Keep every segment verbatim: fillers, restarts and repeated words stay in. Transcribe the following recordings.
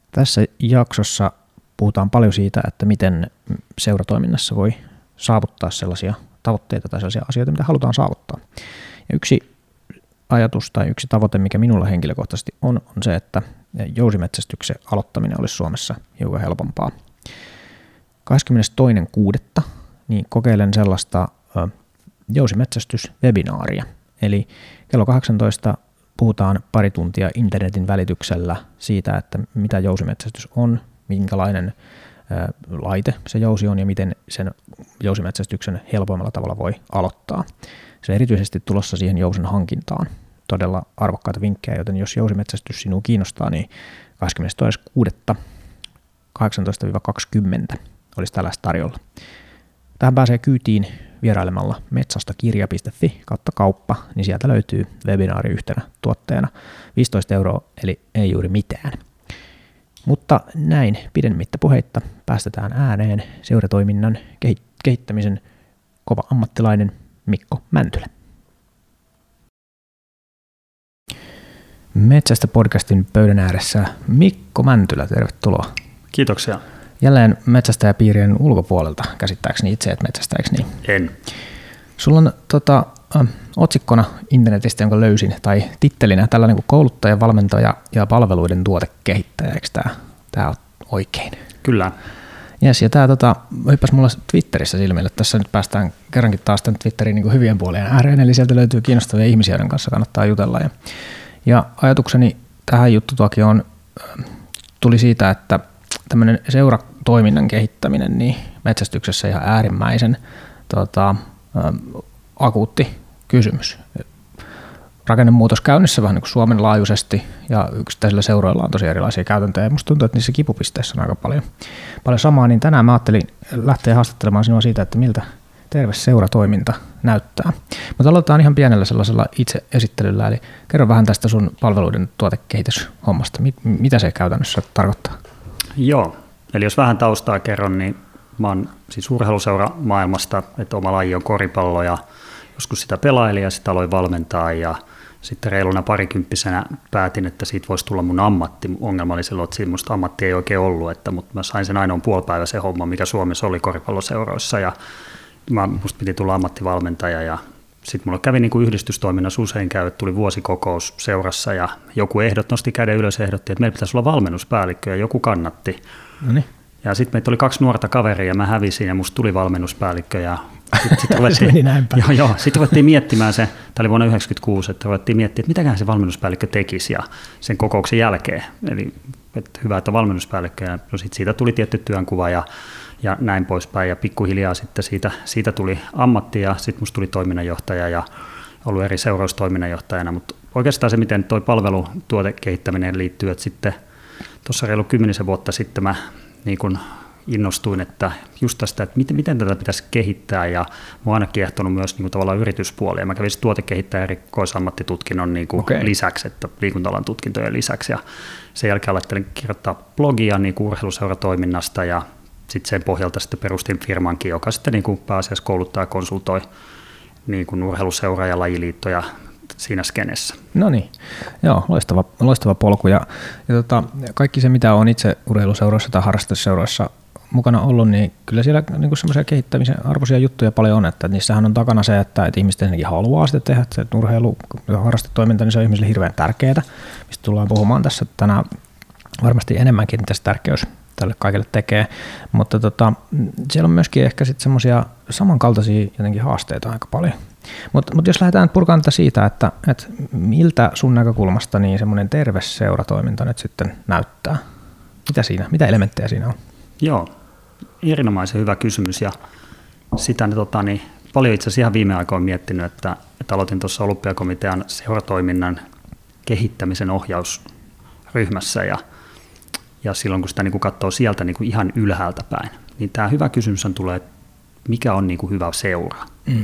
Tässä jaksossa puhutaan paljon siitä, että miten seuratoiminnassa voi saavuttaa sellaisia tavoitteita tai sellaisia asioita, mitä halutaan saavuttaa. Ja yksi ajatus tai yksi tavoite, mikä minulla henkilökohtaisesti on, on se, että jousimetsästyksen aloittaminen olisi Suomessa hiukan helpompaa. kahdeskymmenestoinen kuudetta niin kokeilen sellaista jousimetsästyswebinaaria. Eli kello kahdeksantoista puhutaan pari tuntia internetin välityksellä siitä, että mitä jousimetsästys on, minkälainen ä, laite se jousi on ja miten sen jousimetsästyksen helpoimmalla tavalla voi aloittaa. Se on erityisesti tulossa siihen jousen hankintaan. Todella arvokkaita vinkkejä, joten jos jousimetsästys sinua kiinnostaa, niin kahdeskymmenestoinen kuudetta kahdeksantoista kaksikymmentä olisi tällaista tarjolla. Tähän pääsee kyytiin vierailemalla metsastakirja piste fi kautta kauppa, niin sieltä löytyy webinaari yhtenä tuotteena. viisitoista euroa, eli ei juuri mitään. Mutta näin pidemmittä puheitta päästetään ääneen seuratoiminnan kehittämisen kova ammattilainen Mikko Mäntylä. Metsästä podcastin pöydän ääressä Mikko Mäntylä, tervetuloa. Kiitoksia. Jälleen metsästäjäpiirien ulkopuolelta, käsittääkseni itse et metsästä, eikö niin? En. Sulla on tota, äh, otsikkona internetistä, jonka löysin, tai tittelinä tällainen kuin kouluttaja, valmentaja ja palveluiden tuotekehittäjä, eikö tämä, tämä ole oikein? Kyllä. Yes, ja tämä tota, hyppäsi mulla Twitterissä silmille. Tässä nyt päästään kerrankin taas tämän Twitterin niin kuin hyvien puolien ääreen, eli sieltä löytyy kiinnostavia ihmisiä, joiden kanssa kannattaa jutella. Ja, ja ajatukseni tähän juttutuakin on, tuli siitä, että tämmöinen seuratoiminnan kehittäminen niin metsästyksessä ihan äärimmäisen tota, ä, akuutti kysymys. Rakennemuutos käynnissä vähän niin kuin Suomen laajuisesti ja yksittäisillä seuroilla on tosi erilaisia käytäntöjä. Musta tuntuu, että niissä kipupisteissä on aika paljon, paljon samaa, niin tänään mä ajattelin lähteä haastattelemaan sinua siitä, että miltä terve seuratoiminta näyttää. Mutta aloitetaan ihan pienellä sellaisella itse esittelyllä, eli kerro vähän tästä sun palveluiden tuotekehityshommasta. Mitä se käytännössä tarkoittaa? Joo, eli jos vähän taustaa kerron, niin mä oon siis urheiluseura maailmasta, että oma laji on koripallo ja joskus sitä pelailin ja sitä aloin valmentaa ja sitten reiluna parikymppisenä päätin, että siitä voisi tulla mun ammatti. Ongelma oli silloin, että siinä musta ammatti ei oikein ollut, että, mutta mä sain sen ainoan puolipäiväisen homman, mikä Suomessa oli koripalloseuroissa ja mä, musta piti tulla ammattivalmentaja ja sitten mulla kävi niin kuin yhdistystoiminnassa usein käy, että tuli vuosikokous seurassa ja joku ehdot nosti käden ylös ja ehdotti, että meillä pitäisi olla valmennuspäällikkö ja joku kannatti. Noniin. Ja sitten meitä oli kaksi nuorta kaveria ja mä hävisin ja musta tuli valmennuspäällikkö ja sitten sit ruvettiin, se meni näin päin. joo, joo, sit ruvettiin miettimään se, tämä oli vuonna yhdeksänkymmentäkuusi, että ruvettiin miettimään, että mitäköhän se valmennuspäällikkö tekisi ja sen kokouksen jälkeen. Eli että hyvä, että on valmennuspäällikkö ja no sit siitä tuli tietty työnkuva ja, ja näin poispäin ja pikkuhiljaa sitten siitä, siitä tuli ammatti ja sitten musta tuli toiminnanjohtaja ja ollut eri seuraustoiminnanjohtajana, mutta oikeastaan se, miten tuo palvelutuotekehittäminen liittyy, että sitten tuossa reilu kymmenisen vuotta sitten mä niin kun innostuin, että just tästä, että miten, miten tätä pitäisi kehittää ja mua on aina kiehtonut myös niin kuin tavallaan yrityspuoli. Ja mä kävin tuotekehittäjän erikoisammattitutkinnon niin kuin okay. lisäksi, että liikunta-alan tutkintojen lisäksi ja sen jälkeen alettelin kirjoittaa blogia niin kuin urheiluseuratoiminnasta ja sitten sen pohjalta sitten perustin firmankin, joka sitten niin kuin pääasiassa kouluttaa ja konsultoi niin kuin urheiluseura- ja lajiliittoja siinä skenessä. No niin, joo, loistava, loistava polku. Ja, ja tota, kaikki se, mitä on itse urheiluseuroissa tai harrasteseuroissa mukana ollut, niin kyllä siellä niin kuin semmoisia kehittämisen arvoisia juttuja paljon on, että niissähän on takana se, että, että ihmiset ensinnäkin haluaa sitä tehdä, että se urheilu ja harrastetoiminta, niin se on ihmisille hirveän tärkeää, mistä tullaan puhumaan tässä tänään varmasti enemmänkin tässä tärkeys tälle kaikille tekee, mutta tota, siellä on myöskin ehkä sitten semmoisia samankaltaisia jotenkin haasteita aika paljon. Mutta mut jos lähdetään purkaan tätä siitä, että, että miltä sun näkökulmasta niin semmoinen terve seuratoiminta nyt sitten näyttää? Mitä siinä, mitä elementtejä siinä on? Joo, erinomaisen hyvä kysymys ja sitä tota, niin, paljon itse asiassa ihan viime aikoina miettinyt, että, että aloitin tuossa Olympiakomitean seuratoiminnan kehittämisen ohjausryhmässä ja Ja silloin, kun sitä niin kuin katsoo sieltä niin kuin ihan ylhäältä päin, niin tämä hyvä kysymys on tulee, että mikä on niin kuin hyvä seura. Mm.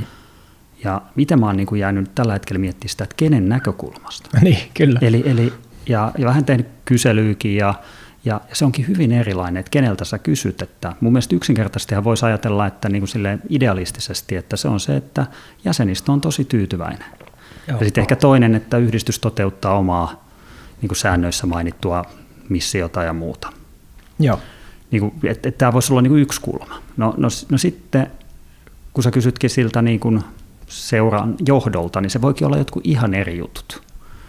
Ja miten mä oon niin kuin jäänyt tällä hetkellä miettimään sitä, että kenen näkökulmasta. Niin, kyllä. Eli, eli, ja, ja vähän tehnyt kyselyykin, ja, ja, ja se onkin hyvin erilainen, että keneltä sä kysyt. Että mun mielestä yksinkertaisesti voisi ajatella, että niin kuin silleen idealistisesti, että se on se, että jäsenistö on tosi tyytyväinen. Joo. Ja sitten ehkä toinen, että yhdistys toteuttaa omaa niin kuin säännöissä mainittua missiota ja muuta. Joo. Niin kuin, että, että tämä voisi olla niin kuin yksi kulma. No, no, no sitten, kun sä kysytkin siltä niin kuin seuran johdolta, niin se voikin olla jotkut ihan eri jutut.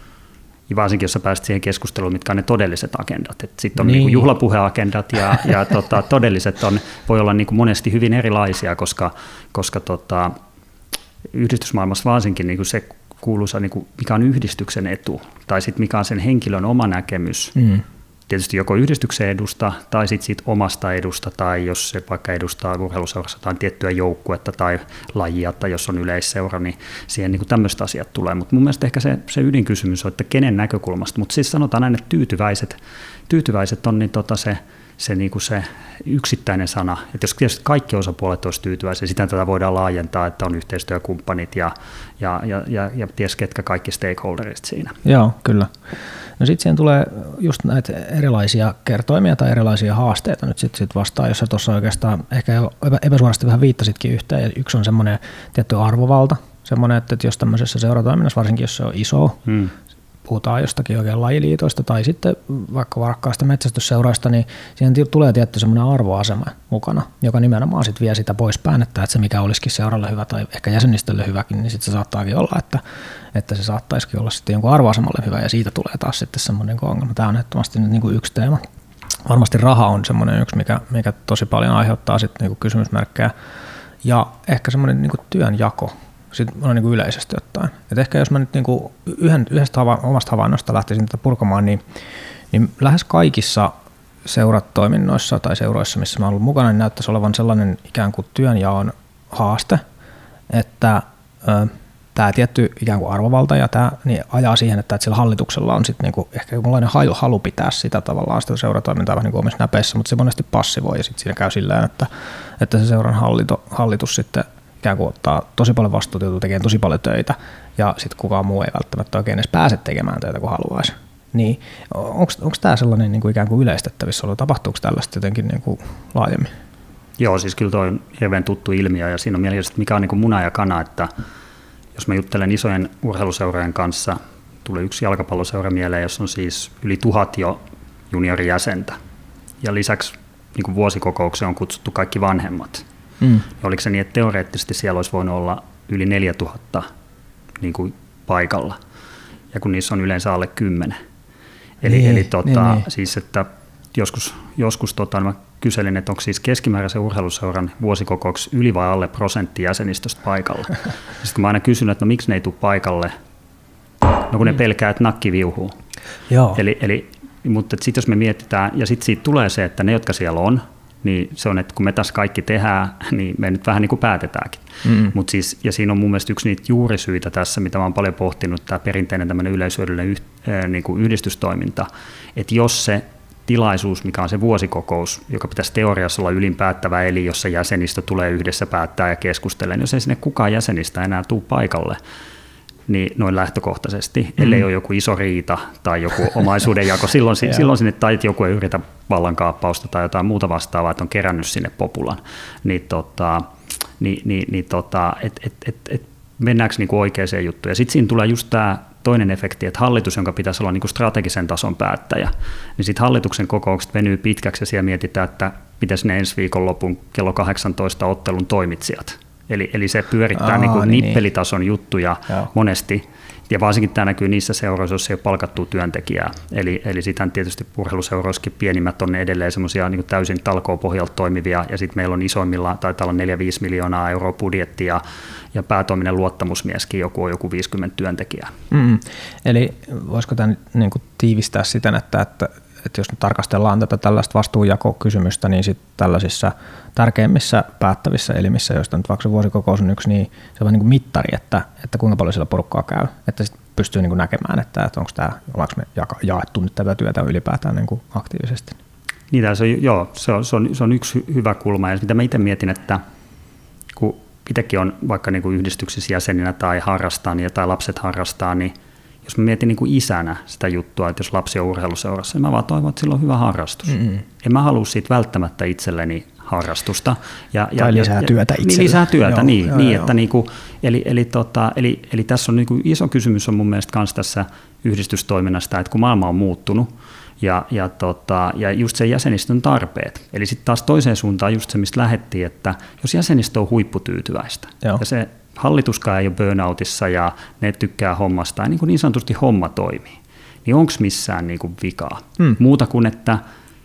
Ja varsinkin, jos sä pääset siihen keskusteluun, mitkä on ne todelliset agendat. Sitten on niin. Niin juhlapuheagendat ja, ja tota, todelliset on, voi olla niin kuin monesti hyvin erilaisia, koska, koska tota, yhdistysmaailmassa varsinkin niin kuin se kuuluisa, niin kuin mikä on yhdistyksen etu, tai sitten mikä on sen henkilön oma näkemys, mm. tietysti joko yhdistyksen edusta, tai sitten siitä omasta edusta, tai jos se vaikka edustaa urheiluseurassa jotain tiettyä joukkuetta tai lajia, tai jos on yleisseura, niin siihen niin kuin tämmöiset asiat tulee. Mutta mun mielestä ehkä se, se ydinkysymys on, että kenen näkökulmasta, mutta siis sanotaan näin, että tyytyväiset, tyytyväiset on niin tota se, se, niin kuin se yksittäinen sana, että jos tietysti kaikki osapuolet olisivat tyytyväisiä, sitä tätä voidaan laajentaa, että on yhteistyökumppanit ja, ja, ja, ja, ja ties ketkä kaikki stakeholderit siinä. Joo, kyllä. No sitten siihen tulee just näitä erilaisia kertoimia tai erilaisia haasteita nyt sitten sit vastaan, jossa tuossa oikeastaan ehkä epäsuorasti vähän viittasitkin yhteen. Ja yksi on semmoinen tietty arvovalta, semmoinen, että jos tämmöisessä seuratoiminnassa, varsinkin jos se on iso, hmm. puhutaan jostakin oikein lajiliitoista tai sitten vaikka varakkaista metsästysseuroista, niin siihen tulee tietty semmoinen arvoasema mukana, joka nimenomaan sitten vie sitä poispäin, että se mikä olisikin seuralle hyvä tai ehkä jäsenistölle hyväkin, niin sitten se saattaakin olla, että, että se saattaisikin olla sitten jonkun arvoasemalle hyvä ja siitä tulee taas sitten semmoinen ongelma. Tämä on ehdottomasti nyt niin kuin yksi teema. Varmasti raha on semmoinen yksi, mikä, mikä tosi paljon aiheuttaa sitten niin kuin kysymysmerkkejä ja ehkä semmoinen niin kuin työnjako. Sitten on niin kuin yleisesti ottaen. Et ehkä jos mä nyt niin kuin yhden, yhdestä hava, omasta havainnosta lähtisin tätä purkamaan, niin, niin lähes kaikissa seuratoiminnoissa tai seuroissa, missä mä oon ollut mukana, niin näyttäisi olevan sellainen ikään kuin työnjaon haaste, että ö, tämä tietty ikään kuin arvovalta ja tämä niin ajaa siihen, että, että sillä hallituksella on sitten niin kuin ehkä jonkinlainen halu pitää sitä tavallaan sitä seuratoimintaa vähän niin kuin omissa näpeissä, mutta se monesti passivoi ja sitten siinä käy silleen, että, että se seuran hallito, hallitus sitten ikään kuin ottaa tosi paljon vastuuta, joutuu tekemään tosi paljon töitä ja sitten kukaan muu ei välttämättä oikein edes pääse tekemään töitä kuin haluaisi. Niin onko tämä sellainen niin kuin ikään kuin yleistettävissä ollut? Tapahtuuko tällaista jotenkin niin kuin laajemmin? Joo, siis kyllä tuo on hirveän tuttu ilmiö ja siinä on mielessä, mikä on niin kuin muna ja kana, että jos mä juttelen isojen urheiluseurojen kanssa, tulee yksi jalkapalloseura mieleen, jossa on siis yli tuhat jo juniorijäsentä ja lisäksi niin kuin vuosikokoukseen on kutsuttu kaikki vanhemmat. Mm. Oliko se niin, että teoreettisesti siellä olisi voinut olla yli neljätuhatta niin kuin paikalla, ja kun niissä on yleensä alle kymmenen. Eli, niin, eli tota, niin, niin. Siis, että joskus, joskus tota, mä kyselin, että onko siis keskimääräisen urheiluseuran vuosikokouksessa yli vai alle prosentti jäsenistöstä paikalla. Sitten kun mä aina kysyn, että no miksi ne ei tule paikalle, no kun ne pelkää, että nakki viuhuu. Joo. Eli, eli, mutta sitten jos me mietitään, ja sitten siitä tulee se, että ne, jotka siellä on, niin se on, että kun me tässä kaikki tehdään, niin me nyt vähän niin kuin päätetäänkin. Mm-hmm. Mut siis, ja siinä on mun mielestä yksi niitä juurisyitä tässä, mitä mä oon paljon pohtinut, tämä perinteinen tämmöinen yleishyödyllinen yh, äh, niin kuin yhdistystoiminta, että jos se tilaisuus, mikä on se vuosikokous, joka pitäisi teoriassa olla ylinpäättävä, eli jossa jäsenistö tulee yhdessä päättää ja keskustella, niin jos ei sinne kukaan jäsenistä enää tule paikalle, niin noin lähtökohtaisesti, mm-hmm. ellei ole joku iso riita tai joku omaisuudenjako, silloin, silloin sinne tai joku ei yritä vallankaappausta tai jotain muuta vastaavaa, että on kerännyt sinne populan, niin, tota, niin, niin, niin tota, et, et, et, et mennäänkö niinku oikeaan juttuun. Ja sitten siinä tulee just tämä toinen efekti, että hallitus, jonka pitäisi olla niinku strategisen tason päättäjä, niin sitten hallituksen kokoukset venyy pitkäksi ja siellä mietitään, että pitäisi ne ensi viikonlopun kello kahdeksantoista ottelun toimitsijat. Eli, eli se pyörittää Aa, niin kuin niin, nippelitason niin. juttuja Joo. monesti, ja varsinkin tämä näkyy niissä seuroissa, joissa ei ole palkattua työntekijää. Eli, eli sitten tietysti urheiluseuroissakin pienimmät on edelleen semmoisia niin täysin talkoopohjalta toimivia, ja sitten meillä on isoimmilla, taitaa olla neljä viisi miljoonaa euroa budjetti, ja, ja päätoiminen luottamusmieskin joku on joku viisikymmentä työntekijää. Mm, eli voisiko tämä niin kuin tiivistää siten, että, että että jos nyt tarkastellaan tätä tällaista vastuunjakokysymystä, niin sitten tällaisissa tärkeimmissä päättävissä elimissä, joista nyt vaikka vuosikokous on yksi, niin se on niin kuin mittari, että, että kuinka paljon siellä porukkaa käy, että sitten pystyy niin kuin näkemään, että, että onko tämä, ollaanko me jaettu nyt tätä työtä ylipäätään niin kuin aktiivisesti. Niin, se on, joo, se on, se, on, se on yksi hyvä kulma, ja mitä mä itse mietin, että kun itsekin on vaikka niin kuin yhdistyksissä jäseninä tai harrastaa niin, tai lapset harrastaa, niin jos mä mietin niin kuin isänä sitä juttua, että jos lapsi on urheiluseurassa, niin mä vaan toivon, että sillä on hyvä harrastus. Mm-hmm. En mä halua siitä välttämättä itselleni harrastusta. Ja, tai ja, lisää ja, työtä itselle. Niin, lisää työtä, joo, niin. Joo, niin joo. Että niin kuin, eli, eli, tota, eli, eli tässä on niin kuin iso kysymys on mun mielestä myös tässä yhdistystoiminnasta, että kun maailma on muuttunut, Ja, ja, tota, ja just se jäsenistön tarpeet. Eli sitten taas toiseen suuntaan just se, mistä lähdettiin, että jos jäsenistö on huipputyytyväistä, Joo. ja se hallituskaan ei ole burnoutissa ja ne tykkää hommasta, ja niin, kuin niin sanotusti homma toimii, niin onko missään niin kuin vikaa? Hmm. Muuta kuin, että,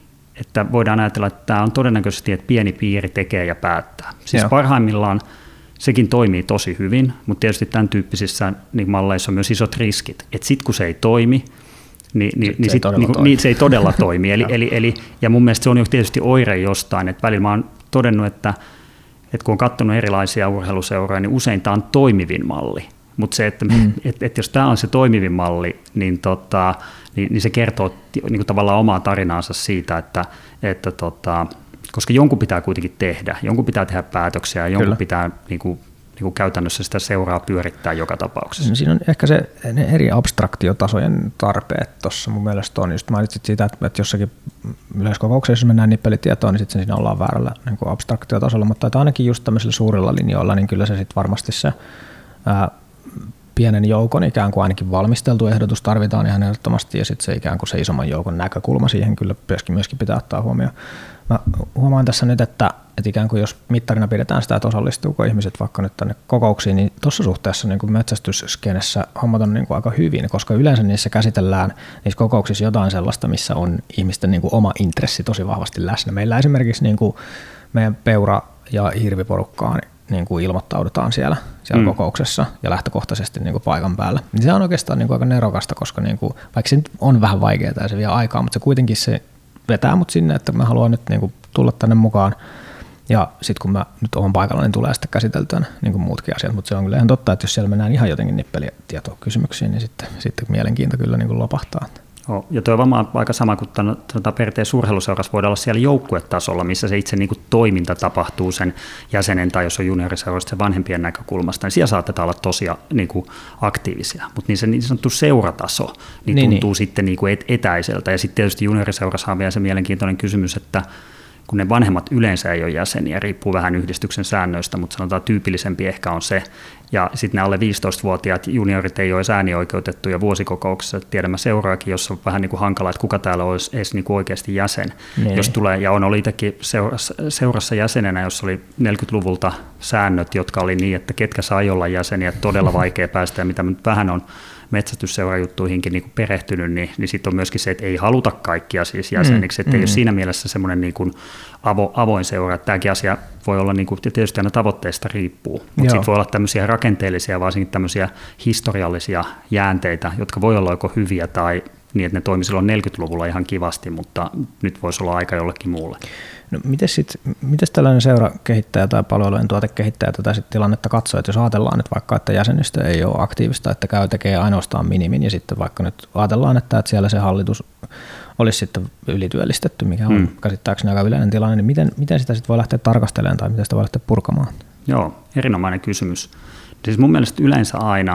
että voidaan ajatella, että tämä on todennäköisesti, että pieni piiri tekee ja päättää. Siis Joo. parhaimmillaan sekin toimii tosi hyvin, mutta tietysti tämän tyyppisissä niin malleissa on myös isot riskit, että sitten kun se ei toimi, Niin, niin, niin, se, sit, ei niin, niin se ei todella toimi. Eli, eli, eli, ja mun mielestä se on jo tietysti oire jostain. Että välillä mä oon todennut, että, että kun on katsonut erilaisia urheiluseuroja, niin usein tämä on toimivin malli. Mutta se, että mm. et, et jos tämä on se toimivin malli, niin, tota, niin, niin se kertoo niin kuin tavallaan omaa tarinaansa siitä, että, että tota, koska jonkun pitää kuitenkin tehdä, jonkun pitää tehdä päätöksiä, jonkun Kyllä. pitää niin kuin, niin kuin käytännössä sitä seuraa pyörittää joka tapauksessa. Siinä on ehkä se ne eri abstraktiotasojen tarpeet tuossa mun mielestä on. Just mainitsit siitä, että jossakin yleiskokouksessa, jos mennään nippelitietoon, niin sitten siinä ollaan väärällä niin kuin abstraktiotasolla, mutta että ainakin just tämmöisillä suurilla linjoilla, niin kyllä se sitten varmasti se ää, pienen joukon ikään kuin ainakin valmisteltu ehdotus tarvitaan ihan ehdottomasti, ja sitten se ikään kuin se isomman joukon näkökulma siihen kyllä myöskin, myöskin pitää ottaa huomioon. Mä huomaan tässä nyt, että, että ikään kuin jos mittarina pidetään sitä, että osallistuuko ihmiset vaikka nyt tänne kokouksiin, niin tuossa suhteessa niin kuin metsästysskenessä hommat on niin kuin aika hyvin, koska yleensä niissä käsitellään niissä kokouksissa jotain sellaista, missä on ihmisten niin kuin oma intressi tosi vahvasti läsnä. Meillä esimerkiksi niin kuin meidän peura- ja hirviporukkaan niin kuin ilmoittaudutaan siellä, siellä mm. kokouksessa ja lähtökohtaisesti niin kuin paikan päällä. Niin se on oikeastaan niin kuin aika nerokasta, koska niin kuin, vaikka se nyt on vähän vaikeaa ja se vie aikaa, mutta se kuitenkin se vetää mut sinne, että mä haluan nyt niin kuin tulla tänne mukaan. Ja sitten kun mä nyt oon paikalla, niin tulee sitten käsiteltyä niin kuin muutkin asiat. Mutta se on kyllä ihan totta, että jos siellä mennään ihan jotenkin nippelitietokysymyksiin, niin sitten, sitten mielenkiinto kyllä niin kuin lopahtaa. Oh, ja tuo on varmaan aika sama kuin perinteisessä urheiluseurassa voidaan olla siellä joukkuetasolla, missä se itse niin kuin toiminta tapahtuu sen jäsenen tai jos on junioriseurasta sen vanhempien näkökulmasta, niin siellä saatetaan olla tosi niin kuin aktiivisia. Mutta niin se niin sanottu seurataso niin niin, tuntuu niin. sitten niin kuin etäiseltä. Ja sitten tietysti junioriseurassa on vielä se mielenkiintoinen kysymys, että kun ne vanhemmat yleensä ei ole jäseniä, riippuu vähän yhdistyksen säännöistä, mutta sanotaan tyypillisempi ehkä on se. Ja sitten ne alle viisitoistavuotiaat juniorit ei ole äänioikeutettuja vuosikokouksessa. Tiedämme seuraakin, jossa on vähän niin kuin hankala, että kuka täällä olisi edes niin kuin oikeasti jäsen. Niin. Jos tulee, ja on ollut itsekin seurassa, seurassa jäsenenä, jossa oli neljäkymmentäluvulta säännöt, jotka oli niin, että ketkä sai olla jäseniä, todella vaikea päästä, ja mitä nyt vähän on metsästysseurajuttuihinkin niin kuin perehtynyt, niin, niin sitten on myöskin se, että ei haluta kaikkia siis jäseniksi, että mm, ei mm. ole siinä mielessä semmoinen niin kuin avo, avoin seura. Tämäkin asia voi olla, niin kuin, tietysti aina tavoitteista riippuu, mutta sitten voi olla tämmöisiä rakenteellisia, varsinkin tämmöisiä historiallisia jäänteitä, jotka voi olla joko hyviä tai niin, että ne toimi silloin neljäkymmentäluvulla ihan kivasti, mutta nyt voisi olla aika jollekin muulle. No miten tällainen seurakehittäjä tai palvelujen tuotekehittäjä tätä sit tilannetta katsoo, että jos ajatellaan nyt vaikka, että jäsenistö ei ole aktiivista, että käy tekee ainoastaan minimin ja sitten vaikka nyt ajatellaan, että, että siellä se hallitus olisi sitten ylityöllistetty, mikä on hmm. käsittääkseni aika yleinen tilanne, niin miten, miten sitä sitten voi lähteä tarkastelemaan tai miten sitä voi lähteä purkamaan? Joo, erinomainen kysymys. Siis mun mielestä yleensä aina,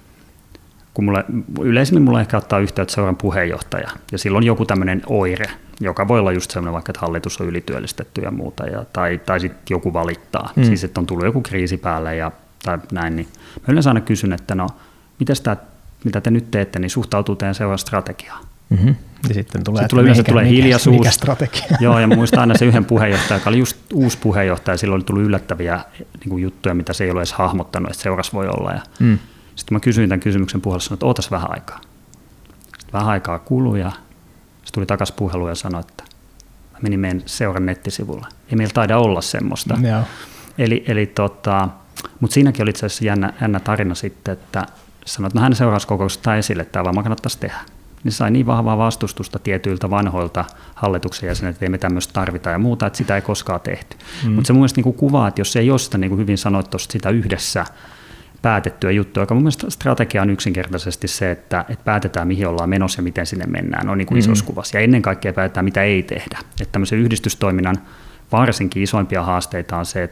kun mulle, yleisemmin mulla ehkä ottaa yhteyttä seuran puheenjohtaja, ja silloin on joku tämmöinen oire, joka voi olla just sellainen vaikka, että hallitus on ylityöllistetty ja muuta, ja, tai, tai sitten joku valittaa, mm. siis että on tullut joku kriisi päälle ja, tai näin, niin mä yleensä aina kysyn, että no, mites tää, mitä te nyt teette, niin suhtautuu teidän seuran strategiaan. Mm-hmm. Ja sitten tulee, sitten tulee yleensä mikä, tulee hiljaisuus. Mikä strategia? Joo, ja muistan aina se yhden puheenjohtaja, joka oli just uusi puheenjohtaja, silloin oli tullut yllättäviä niin kuin juttuja, mitä se ei ole edes hahmottanut, että seurassa voi olla, ja mm. sitten mä kysyin tämän kysymyksen puolesta, että ootas vähän aikaa. Sitten vähän aikaa kului ja se tuli takaisin puheluun ja sanoi, että mä menin meidän seuran nettisivulle. Ei meillä taida olla semmoista. Joo. Eli, eli tota, mutta siinäkin oli itse asiassa jännä, jännä tarina sitten, että sanoi, että no hän seurauskokouksessa tämä esille, että tämä vaan kannattaisi tehdä. Niin sai niin vahvaa vastustusta tietyiltä vanhoilta hallituksen jäsenet, että ei me tämmöistä tarvita ja muuta, että sitä ei koskaan tehty. Mm. Mutta se mun mielestä niin kuin kuvaa, että jos ei ole sitä, niin kuin hyvin sanoit tuosta sitä yhdessä päätettyä juttua, joka mun mielestä strategia on yksinkertaisesti se, että, että päätetään mihin ollaan menossa ja miten sinne mennään, on niin kuin mm-hmm. isossa kuvassa. Ja ennen kaikkea päätetään mitä ei tehdä. Että tämmöisen yhdistystoiminnan varsinkin isoimpia haasteita on se, että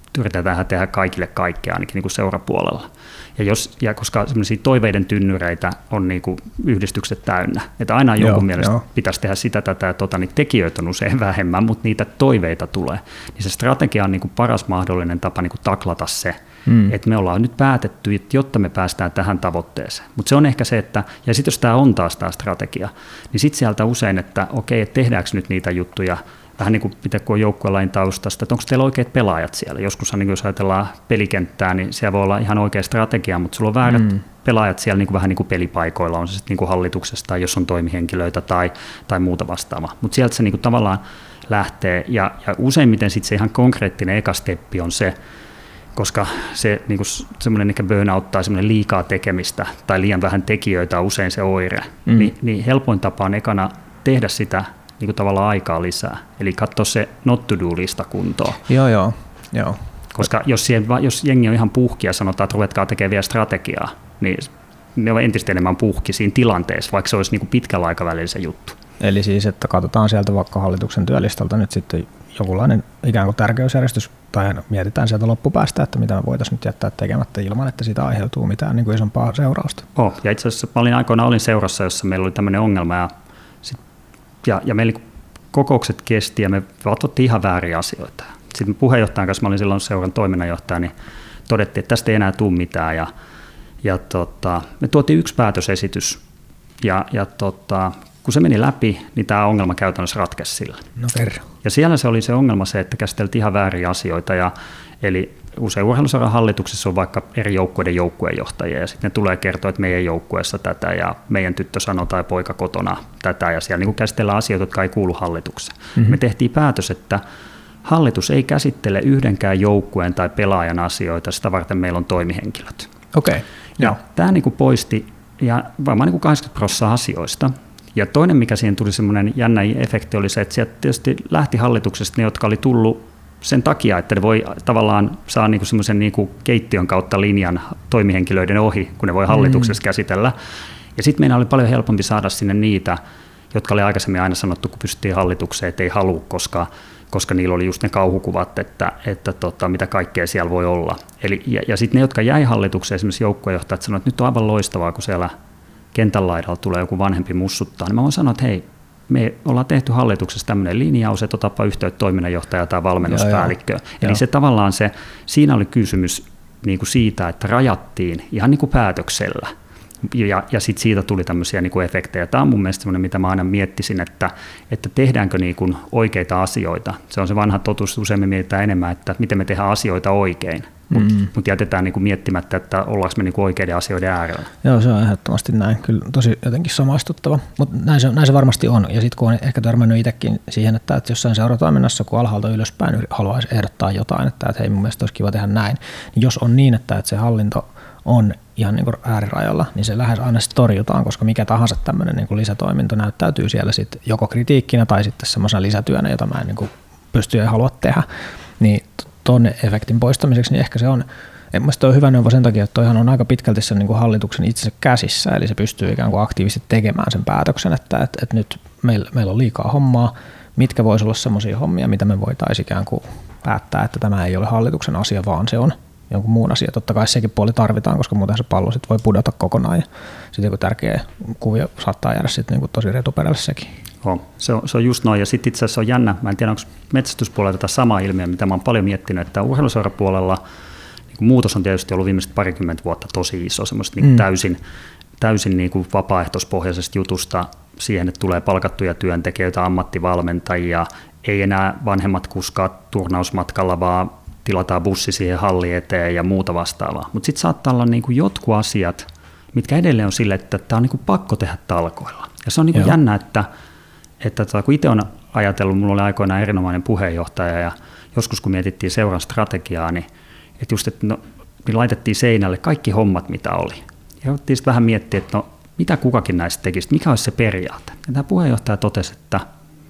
yritetään tehdä kaikille kaikkea ainakin niin kuin seurapuolella. Ja, jos, ja koska semmoisia toiveiden tynnyreitä on niin kuin yhdistykset täynnä, että aina jonkun joo, mielestä joo. pitäisi tehdä sitä, tätä ja tota, niin tekijöitä on usein vähemmän, mutta niitä toiveita tulee. Niin se strategia on niin kuin paras mahdollinen tapa niin kuin taklata se, mm. että me ollaan nyt päätetty, että jotta me päästään tähän tavoitteeseen. Mutta se on ehkä se, että, ja sitten jos tämä on taas tämä strategia, niin sitten sieltä usein, että okei, että tehdäänkö nyt niitä juttuja, vähän niin kuin pitää kun on joukkuelain taustasta, että onko teillä oikeat pelaajat siellä. Joskus niin jos ajatellaan pelikenttää, niin siellä voi olla ihan oikea strategia, mutta sulla on väärät mm. pelaajat siellä niin kuin vähän niin kuin pelipaikoilla, on se sitten niin kuin hallituksessa tai jos on toimihenkilöitä tai, tai muuta vastaavaa. Mutta sieltä se niin kuin tavallaan lähtee ja, ja useimmiten sitten se ihan konkreettinen eka steppi on se, koska se niin kuin semmoinen ehkä burnout tai semmoinen liikaa tekemistä tai liian vähän tekijöitä on usein se oire, mm. niin, niin helpoin tapa on ekana tehdä sitä niin kuin tavallaan aikaa lisää. Eli katso se not to do -lista kuntoon. Joo, joo, joo. Koska jos, siihen, jos jengi on ihan puhki ja sanotaan, että ruvetkaa tekemään vielä strategiaa, niin ne on entistä enemmän puhki siinä tilanteessa, vaikka se olisi niin kuin pitkällä aikavälillä se juttu. Eli siis, että katsotaan sieltä vaikka hallituksen työlistalta nyt sitten jokinlainen ikään kuin tärkeysjärjestys, tai mietitään sieltä loppupäästä, että mitä me voitaisiin nyt jättää tekemättä ilman, että siitä aiheutuu mitään niin kuin isompaa seurausta. Oh, ja itse asiassa mä olin aikoinaan olin seurassa, jossa meillä oli tämmöinen ongelma, ja sit Ja, ja meillä kokoukset kesti ja me vatvottiin ihan vääriä asioita. Sitten puheenjohtajan kanssa, mä olin silloin seuran toiminnanjohtaja, niin todettiin, että tästä ei enää tule mitään. Ja, ja tota, me tuotiin yksi päätösesitys ja, ja tota, kun se meni läpi, niin tämä ongelma käytännössä ratkesi sillä. No kerro. Ja siellä se oli se ongelma se, että käsiteltiin ihan vääriä asioita. Ja, eli usein urheiluseuran hallituksessa on vaikka eri joukkueiden joukkueenjohtajia ja sitten ne tulee kertoa, että meidän joukkueessa tätä ja meidän tyttö sanoo tai poika kotona tätä ja siellä niin käsitellään asioita, jotka ei kuulu hallitukseen. Mm-hmm. Me tehtiin päätös, että hallitus ei käsittele yhdenkään joukkueen tai pelaajan asioita, sitä varten meillä on toimihenkilöt. Okay. Ja tämä niin poisti ja varmaan niin kahdeksankymmentä prosenttia asioista. Ja toinen, mikä siihen tuli semmoinen jännä efekti, oli se, että sieltä tietysti lähti hallituksesta ne, jotka oli tullut sen takia, että ne voi tavallaan saa niinku semmoisen niinku keittiön kautta linjan toimihenkilöiden ohi, kun ne voi hallituksessa mm. käsitellä. Ja sitten meidän oli paljon helpompi saada sinne niitä, jotka oli aikaisemmin aina sanottu, kun pystyttiin hallitukseen, että ei halua, koska, koska niillä oli just ne kauhukuvat, että, että tota, mitä kaikkea siellä voi olla. Eli, ja ja sitten ne, jotka jäi hallitukseen, esimerkiksi joukkuejohtajat sanoivat, että nyt on aivan loistavaa, kun siellä kentän laidalla tulee joku vanhempi mussuttaa. Niin mä voin sanoa, että hei, me ollaan tehty hallituksessa tämmöinen linjaus, että otapa yhteyttä toiminnanjohtaja tai valmennuspäällikköä. Eli se tavallaan se, siinä oli kysymys niin kuin siitä, että rajattiin ihan niin kuin päätöksellä. Ja, ja sitten siitä tuli tämmöisiä niin kuin efektejä. Tämä on mun mielestä semmoinen, mitä mä aina miettisin, että, että tehdäänkö niin kuin oikeita asioita. Se on se vanha totuus, usein me mietitään enemmän, että miten me tehdään asioita oikein. Mutta mm. mut jätetään niinku miettimättä, että ollaanko me niinku oikeiden asioiden äärellä. Joo, se on ehdottomasti näin. Kyllä tosi jotenkin samaistuttava. Mutta näin se, näin se varmasti on. Ja sitten kun on ehkä törmännyt itsekin siihen, että, että jossain seuratoiminnassa, kun alhaalta ylöspäin haluaisi ehdottaa jotain, että, että hei, mun mielestä olisi kiva tehdä näin, niin jos on niin, että, että se hallinto on ihan niin kuin äärirajalla, niin se lähes aina sitten torjutaan, koska mikä tahansa tämmöinen niin kuin lisätoiminto näyttäytyy siellä sitten joko kritiikkinä tai sitten semmoisena lisätyönä, jota mä en niin kuin pysty ja halua tehdä. Niin tuon efektin poistamiseksi, niin ehkä se on, en mielestäni ole hyvä neuvo sen takia, että toihan on aika pitkälti sen niin kuin hallituksen itsensä käsissä, eli se pystyy ikään kuin aktiivisesti tekemään sen päätöksen, että, että, että nyt meillä, meillä on liikaa hommaa, mitkä voisi olla semmoisia hommia, mitä me voitaisiin ikään kuin päättää, että tämä ei ole hallituksen asia, vaan se on jonkun muun asia. Totta kai sekin puoli tarvitaan, koska muuten se pallo sit voi pudota kokonaan ja sitten joku tärkeä kuvio saattaa jäädä sit niin kuin tosi retuperälle sekin. Oh, se, on, se on just noin, ja sitten itse asiassa on jännä, mä en tiedä onko metsästyspuolella tätä samaa ilmiöä, mitä mä oon paljon miettinyt, että urheiluseurapuolella niin muutos on tietysti ollut viimeiset parikymmentä vuotta tosi iso, semmoista niin mm. täysin, täysin niin kuin vapaaehtoispohjaisesta jutusta siihen, että tulee palkattuja työntekijöitä, ammattivalmentajia, ei enää vanhemmat kuskaat turnausmatkalla, vaan tilataan bussi siihen hallin eteen ja muuta vastaavaa. Mutta sitten saattaa olla niin kuin jotkut asiat, mitkä edelleen on sille, että tämä on niin kuin pakko tehdä talkoilla. Ja se on niin kuin jännä, että, että kun itse olen ajatellut, minulla oli aikoinaan erinomainen puheenjohtaja ja joskus kun mietittiin seuran strategiaa, niin että just, että no, niin laitettiin seinälle kaikki hommat, mitä oli. Ja otettiin sitten vähän miettiä, että no, mitä kukakin näistä tekisi, mikä olisi se periaate. Ja tämä puheenjohtaja totesi, että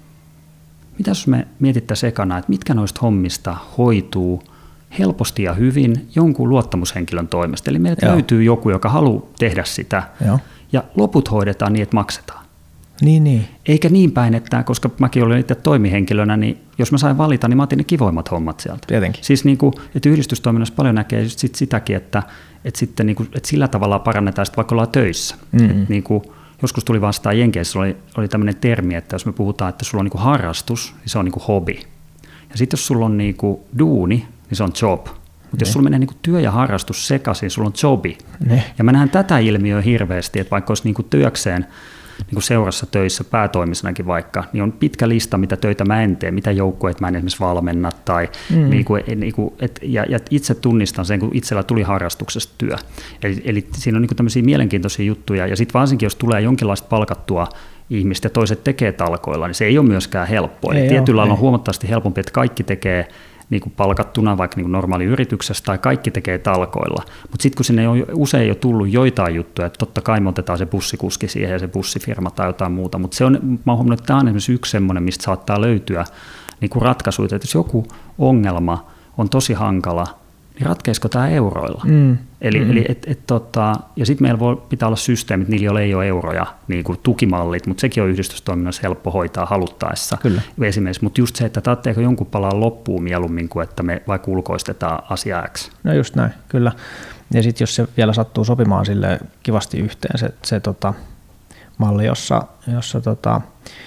mitä jos me mietittäisiin ekana, että mitkä noista hommista hoituu helposti ja hyvin jonkun luottamushenkilön toimesta. Eli meiltä Joo. löytyy joku, joka haluaa tehdä sitä, Joo. ja loput hoidetaan niin, että maksetaan. Niin, niin. Eikä niin päin, että koska mäkin olin itse toimihenkilönä, niin jos mä sain valita, niin mä otin ne kivoimmat hommat sieltä. Tietenkin. Siis niin kuin, että yhdistystoiminnassa paljon näkee just sit sitäkin, että, että, sitten niin kuin, että sillä tavalla parannetaan sitä, vaikka ollaan töissä. Mm-hmm. Että niin kuin, joskus tuli vastaan Jenkeissä, oli, oli tämmöinen termi, että jos me puhutaan, että sulla on niin kuin harrastus, niin se on niin kuin hobby. Ja sitten jos sulla on niin kuin duuni, niin se on job. Mutta jos sulla menee niinku työ ja harrastus sekaisin, sulla on jobi. Ne. Ja mä näen tätä ilmiöä hirveästi, että vaikka olisi niinku työkseen niinku seurassa töissä päätoimisenakin vaikka, niin on pitkä lista, mitä töitä mä en tee, mitä joukkueet mä en esimerkiksi valmenna. Tai mm. niinku, niinku, et, ja, ja itse tunnistan sen, kun itsellä tuli harrastuksesta työ. Eli, eli siinä on niinku tämmöisiä mielenkiintoisia juttuja, ja sitten varsinkin, jos tulee jonkinlaista palkattua ihmistä ja toiset tekee talkoilla, niin se ei ole myöskään helppoa. Eli tietyllä lailla on huomattavasti helpompi, että kaikki tekee niin kuin palkattuna vaikka niin kuin normaali yrityksessä tai kaikki tekee talkoilla. Mutta sitten kun sinne on usein jo tullut joitain juttuja, että totta kai me otetaan se bussikuski siihen ja se bussifirma tai jotain muuta, mutta se on, mä oon huomannut, että tämä on esimerkiksi yksi semmoinen, mistä saattaa löytyä niin kuin ratkaisuja, että jos joku ongelma on tosi hankala, niin ratkeisiko tämä euroilla? Mm. Eli, mm-hmm. eli et, et, tota, ja sitten meillä voi, pitää olla systeemit, niillä ei ole euroja, niin kuin tukimallit, mutta sekin on yhdistystoiminnassa helppo hoitaa haluttaessa. Kyllä. Esimerkiksi, mutta just se, että taatteeko jonkun palaa loppuun mieluummin kuin että me vaikka ulkoistetaan asia X. No just näin, kyllä. Ja sitten jos se vielä sattuu sopimaan sille kivasti yhteen, se, se tota, malli, jossa, jossa tota,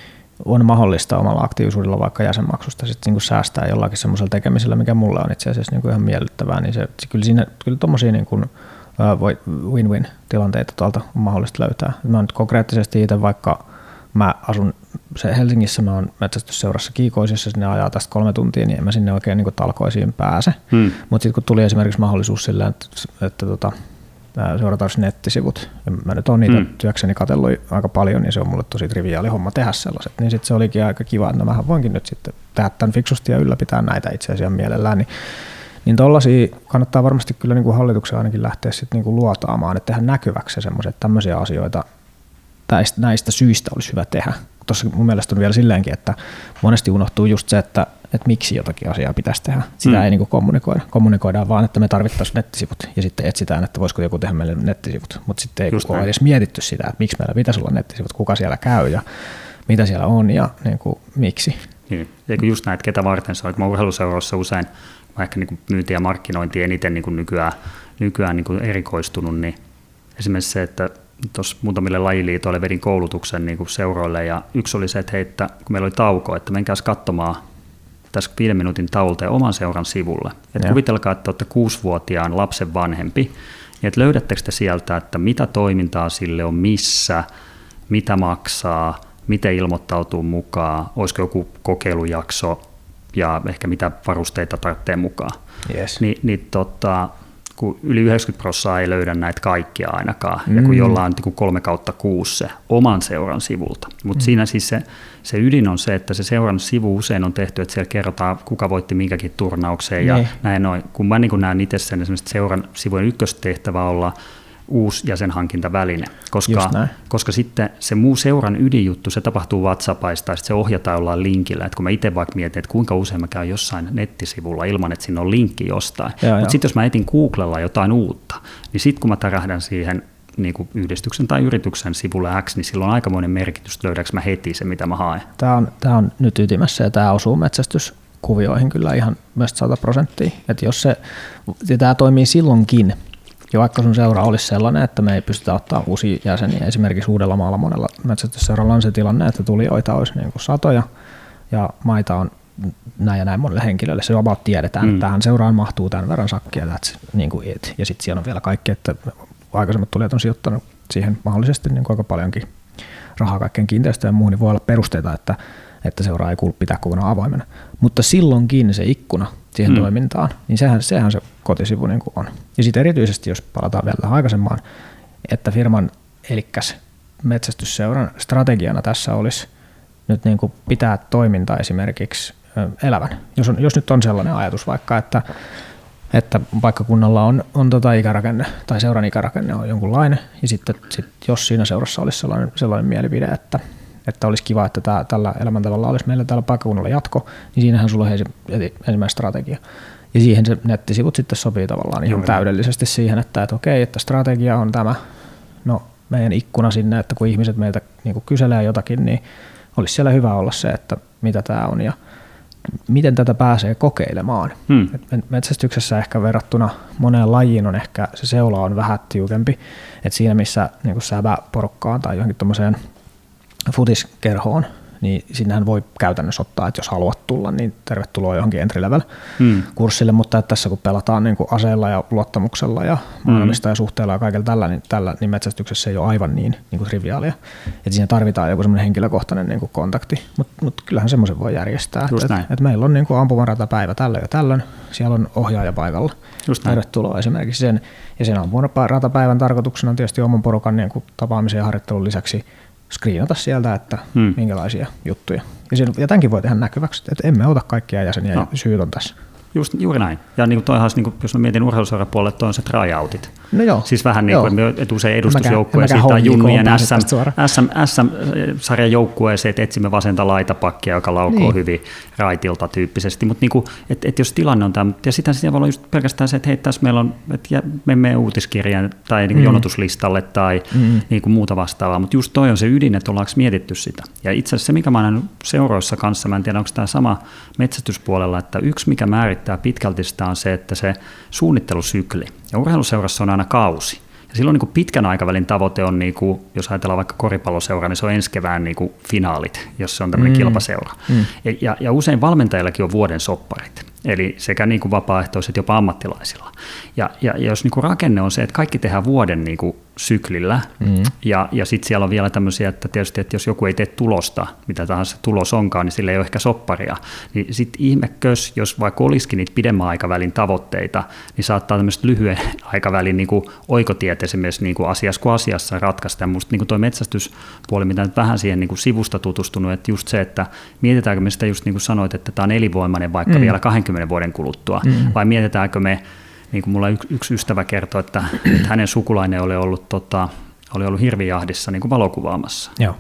on mahdollista omalla aktiivisuudella vaikka jäsenmaksusta sitten niin säästää jollakin semmoisella tekemisellä, mikä mulle on itse asiassa niin kuin ihan miellyttävää, niin se, se kyllä siinä kyllä tommosia niin kuin win-win tilanteita tuolta on mahdollista löytää. Mä nyt konkreettisesti itse vaikka mä asun se Helsingissä, mä oon metsästysseurassa Kiikoisissa, sinne ajaa tästä kolme tuntia, niin en mä sinne oikein niin kuin talkoisiin pääse. Hmm. Mutta sitten kun tuli esimerkiksi mahdollisuus silleen, että, että, että tota, seurataan nettisivut. Ja mä nyt oon niitä mm. työkseni katsellut aika paljon, niin se on mulle tosi triviaali homma tehdä sellaiset. Niin sitten se olikin aika kiva, että no mähän voinkin nyt sitten tehdä tämän fiksusti ja ylläpitää näitä itse asiassa mielellään. Niin, niin tollaisia kannattaa varmasti kyllä niin kuin hallituksen ainakin lähteä sitten niin kuin luotaamaan, että tehdä näkyväksi semmoiset tämmöisiä asioita, näistä, näistä syistä olisi hyvä tehdä. Tuossa mun mielestä on vielä silleenkin, että monesti unohtuu just se, että, että miksi jotakin asiaa pitäisi tehdä. Sitä mm. ei niin kuin kommunikoida. Kommunikoidaan vaan, että me tarvittaisiin nettisivut ja sitten etsitään, että voisiko joku tehdä meille nettisivut. Mutta sitten ei koko edes mietitty sitä, että miksi meillä pitäisi olla nettisivut, kuka siellä käy ja mitä siellä on ja niin kuin, miksi. Niin. Eikö just näitä, ketä varten sä olet? Mä urheiluseuroissa usein, mä ehkä niin kuin myynti ja markkinointi eniten niin kuin nykyään, nykyään niin kuin erikoistunut, niin esimerkiksi se, että tuossa muutamille lajiliitoille vedin koulutuksen niin kuin seuroille ja yksi oli se, että, hei, että kun meillä oli tauko, että menkääs katsomaan tässä viiden minuutin taulta oman seuran sivulle. Että kuvitelkaa, että olette kuusivuotiaan lapsen vanhempi, niin että löydättekö te sieltä, että mitä toimintaa sille on, missä, mitä maksaa, miten ilmoittautuu mukaan, olisiko joku kokeilujakso ja ehkä mitä varusteita tarvitsee mukaan. Yes. Ni, niin tota, kun yli yhdeksänkymmentä prosenttia ei löydä näitä kaikkia ainakaan, mm. ja kun jollain on kolme kautta kuusi se oman seuran sivulta. Mutta mm. siinä siis se, se ydin on se, että se seuran sivu usein on tehty, että siellä kerrotaan, kuka voitti minkäkin turnaukseen, ja näin noin. Kun mä niin kun näen itse sen, esimerkiksi seuran sivujen ykköstehtävä olla uusi jäsenhankintaväline, koska, koska sitten se muu seuran ydinjuttu, se tapahtuu WhatsAppista ja sitten se ohjataan jollain linkillä. Et kun mä itse vaikka mietin, että kuinka usein mä käyn jossain nettisivulla ilman, että siinä on linkki jostain. Mutta sitten jos mä etin Googlella jotain uutta, niin sitten kun mä tärähdän siihen niin kuin yhdistyksen tai yrityksen sivulle X, niin sillä on aikamoinen merkitys, että löydänkö mä heti se, mitä mä haen. Tämä on, tämä on nyt ytimessä ja tämä osuu metsästyskuvioihin kyllä ihan myös sata prosenttia. Että jos se, tämä toimii silloinkin, ja vaikka sun seura olisi sellainen, että me ei pystytä ottaa uusia jäseniä, esimerkiksi Uudellamaalla monella metsästysseuralla on se tilanne, että tulijoita olisi niin kuin satoja ja maita on näin ja näin monelle henkilölle. Se about tiedetään, mm. että tähän seuraan mahtuu tämän verran sakkia, that's niin kuin it. Ja sitten siellä on vielä kaikki, että aikaisemmat tulijat on sijoittanut siihen mahdollisesti niin kuin aika paljonkin rahaa kaikkeen kiinteistöön ja muuhun, niin voi olla perusteita, että, että seuraa ei kuulu pitää kokonaan avoimena. Mutta silloinkin se ikkuna siihen mm. toimintaan, niin sehän, sehän se kotisivu niin kuin on. Ja sitten erityisesti, jos palataan vielä tähän aikaisemmaan, että firman, elikkäs metsästysseuran strategiana tässä olisi nyt niin kuin pitää toiminta esimerkiksi elävän. Jos, on, jos nyt on sellainen ajatus vaikka, että, että paikkakunnalla on, on tota ikärakenne tai seuran ikärakenne on jonkunlainen, ja sitten sit, jos siinä seurassa olisi sellainen, sellainen mielipide, että että olisi kiva, että tää, tällä elämäntavalla olisi meillä täällä paikkakunnalla jatko, niin siinähän sulla on ensimmäinen strategia. Ja siihen se nettisivut sitten sopii tavallaan ihan täydellisesti siihen, että, että okei, että strategia on tämä, no meidän ikkuna sinne, että kun ihmiset meiltä niin kuin kyselee jotakin, niin olisi siellä hyvä olla se, että mitä tämä on ja miten tätä pääsee kokeilemaan. Hmm. Metsästyksessä ehkä verrattuna moneen lajiin on ehkä se seula on vähän tiukempi, että siinä missä niin kuin säbäporukkaan tai johonkin tuommoiseen futiskerhoon, niin sinnehän voi käytännössä ottaa, että jos haluat tulla, niin tervetuloa johonkin entry level kurssille, hmm. mutta että tässä kun pelataan niin kuin aseella ja luottamuksella ja maailmista hmm. ja suhteella ja kaikella tällä, niin, tällä, niin metsästyksessä ei ole aivan niin, niin kuin triviaalia. Että siinä tarvitaan joku semmoinen henkilökohtainen niin kuin kontakti, mutta mut kyllähän semmoisen voi järjestää. Että et, et meillä on niin kuin ampumaratapäivä tällöin ja tällöin, siellä on ohjaaja paikalla. Just tervetuloa esimerkiksi sen. Ja sen ampumaratapäivän tarkoituksena on tietysti oman porukan niin kuin tapaamisen ja harjoittelun lisäksi screenata sieltä, että hmm. minkälaisia juttuja. Ja, sen, ja tämänkin voi tehdä näkyväksi, että emme ota kaikkia jäseniä no. ja syyt on tässä. Just, juuri näin. Ja niin kuin toihan, niin kuin, jos mä mietin urheiluseuran puolelle, toi on se tryoutit. No joo. Siis vähän niin kuin, että usein edustusjoukkueeseen tai junnien S M-sarjan joukkueeseen, että etsimme vasenta laitapakkia, joka laukoo niin. hyvin raitilta tyyppisesti. Mutta niin että et jos tilanne on tämä, ja sitä siellä voi olla just pelkästään se, että hei, tässä meillä on, että me menemme uutiskirjaan tai niin kuin mm. jonotuslistalle tai mm. niin kuin muuta vastaavaa. Mutta just toi on se ydin, että ollaanko mietitty sitä. Ja itse asiassa se, mikä mä oon nähnyt seuroissa kanssa, mä en tiedä, onko tämä sama metsästyspuolella, että yksi, mikä määrittää pitkälti sitä on se, että se suunnittelusykli. Ja urheiluseurassa on aina kausi. Ja silloin niin kuin pitkän aikavälin tavoite on, niin kuin, jos ajatellaan vaikka koripalloseura, niin se on ensi kevään niin kuin finaalit, jos se on tämmöinen mm. kilpaseura. Mm. Ja, ja usein valmentajillakin on vuoden sopparit, eli sekä niin kuin vapaaehtoiset, jopa ammattilaisilla. Ja, ja, ja jos niin kuin rakenne on se, että kaikki tehdään vuoden niin kuin syklillä, mm. ja, ja sitten siellä on vielä tämmöisiä, että tietysti, että jos joku ei tee tulosta, mitä tahansa tulos onkaan, niin sillä ei ole ehkä sopparia, niin sitten ihmekös, jos vaikka olisikin niitä pidemmän aikavälin tavoitteita, niin saattaa tämmöistä lyhyen aikavälin niin kuin oikotiet esimerkiksi niin kuin asiassa kuin asiassa ratkaista. Ja musta niin tuo metsästyspuoli, mitä nyt vähän siihen niin kuin sivusta tutustunut, että just se, että mietitäänkö me sitä just niin kuin sanoit, että tämä on elinvoimainen vaikka mm. vielä kahdenkymmenen vuoden kuluttua, mm. vai mietitäänkö me, niin kuin mulla yksi, yksi ystävä kertoi, että, että hänen sukulainen oli ollut, tota, oli ollut hirvijahdissa niin kuin valokuvaamassa. Joo.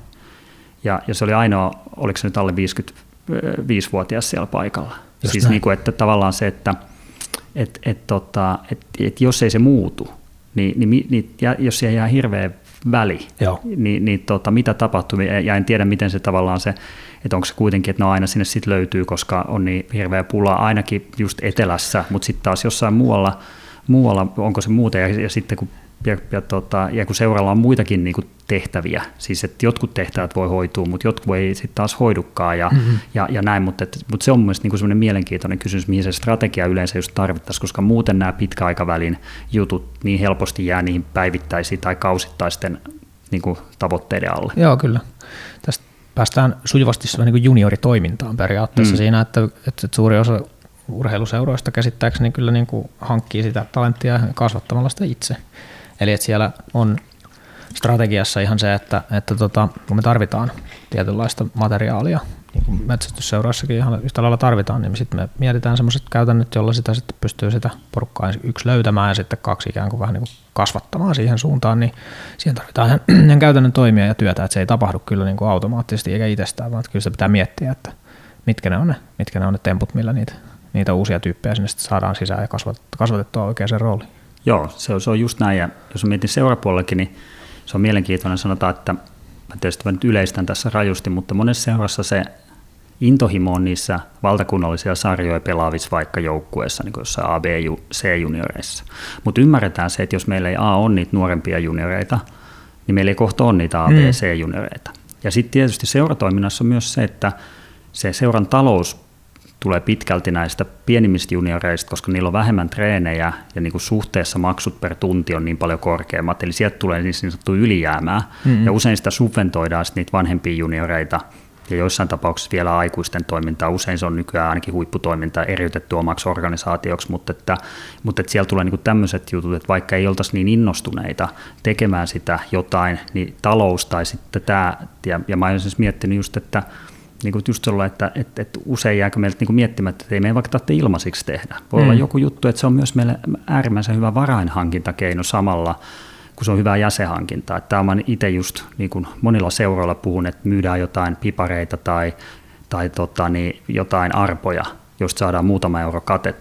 Ja, ja se oli ainoa, oliko se nyt alle viisikymmentäviisivuotias siellä paikalla. Just siis niin kuin, että tavallaan se, että et, et, tota, et, et jos ei se muutu, niin, niin, niin ja jos siellä jää hirveä väli, Joo. niin, niin tota, mitä tapahtuu, ja en tiedä miten se tavallaan se, että onko se kuitenkin, että no aina sinne sitten löytyy, koska on niin hirveä pula ainakin just etelässä, mutta sitten taas jossain muualla, muualla onko se muuta, ja, ja sitten kun, ja, ja, tota, ja kun seuralla on muitakin niin kuin tehtäviä, siis että jotkut tehtävät voi hoitua, mutta jotkut ei sitten taas hoidukaan ja, mm-hmm. ja, ja näin, mutta, et, mutta se on mielestäni niin semmoinen mielenkiintoinen kysymys, mihin se strategia yleensä just tarvittaisiin, koska muuten nämä pitkäaikavälin jutut niin helposti jää niihin päivittäisiin tai kausittaisten niin kuin tavoitteiden alle. Joo, kyllä. Tästä päästään sujuvasti niin kuin junioritoimintaan periaatteessa mm. siinä, että, että suuri osa urheiluseuroista käsittääkseni kyllä niin kuin hankkii sitä talenttia kasvattamalla sitä itse. Eli että siellä on strategiassa ihan se, että, että tota, kun me tarvitaan tietynlaista materiaalia, niin kuin metsästysseuroissakin ihan yhtä lailla tarvitaan, niin sitten me mietitään sellaiset käytännöt, jolla sitä sitten pystyy sitä porukkaa yksi löytämään ja sitten kaksi ikään kuin vähän niin kuin kasvattamaan siihen suuntaan, niin siihen tarvitaan ihan, ihan käytännön toimia ja työtä, että se ei tapahdu kyllä niin kuin automaattisesti eikä itsestään, vaan kyllä sitä pitää miettiä, että mitkä ne on ne, mitkä ne on ne temput, millä niitä, niitä uusia tyyppejä sinne sitten saadaan sisään ja kasvatettua oikeaan rooliin. Joo, se on, se on just näin, ja jos mietin seurapuolellakin, niin se on mielenkiintoinen, sanotaan, että mä tietysti mä nyt yleistän tässä rajusti, mutta monessa seurassa se intohimo on niissä valtakunnallisia sarjoja pelaavissa vaikka joukkueessa, niin kuin jossain A, B, C-junioreissa. Mutta ymmärretään se, että jos meillä ei A on niitä nuorempia junioreita, niin meillä ei kohta ole niitä A, B, C-junioreita. Ja sitten tietysti seuratoiminnassa on myös se, että se seuran talous tulee pitkälti näistä pienimmistä junioreista, koska niillä on vähemmän treenejä ja niin kuin suhteessa maksut per tunti on niin paljon korkeammat, eli sieltä tulee niin sanottua ylijäämää, mm-hmm. ja usein sitä subventoidaan sitten niitä vanhempia junioreita, ja joissain tapauksissa vielä aikuisten toimintaa, usein se on nykyään ainakin huipputoimintaa eriytetty omaksi organisaatioksi, mutta, että, mutta että siellä tulee niin kuin tämmöiset jutut, että vaikka ei oltaisi niin innostuneita tekemään sitä jotain, niin talous tai sitten tämä, ja, ja mä olen siis miettinyt just, että niin kuin just olla, että, että, että usein jääkö meiltä niin kuin miettimättä, että ei meidän vaikka tarvitse ilmaisiksi tehdä. Voi mm. olla joku juttu, että se on myös meille äärimmäisen hyvä varainhankintakeino samalla, kun se on hyvää jäsenhankintaa. Tämä on itse just niin kuin monilla seuroilla puhun, että myydään jotain pipareita tai, tai tota, niin jotain arpoja, josta saadaan muutama euro katetta,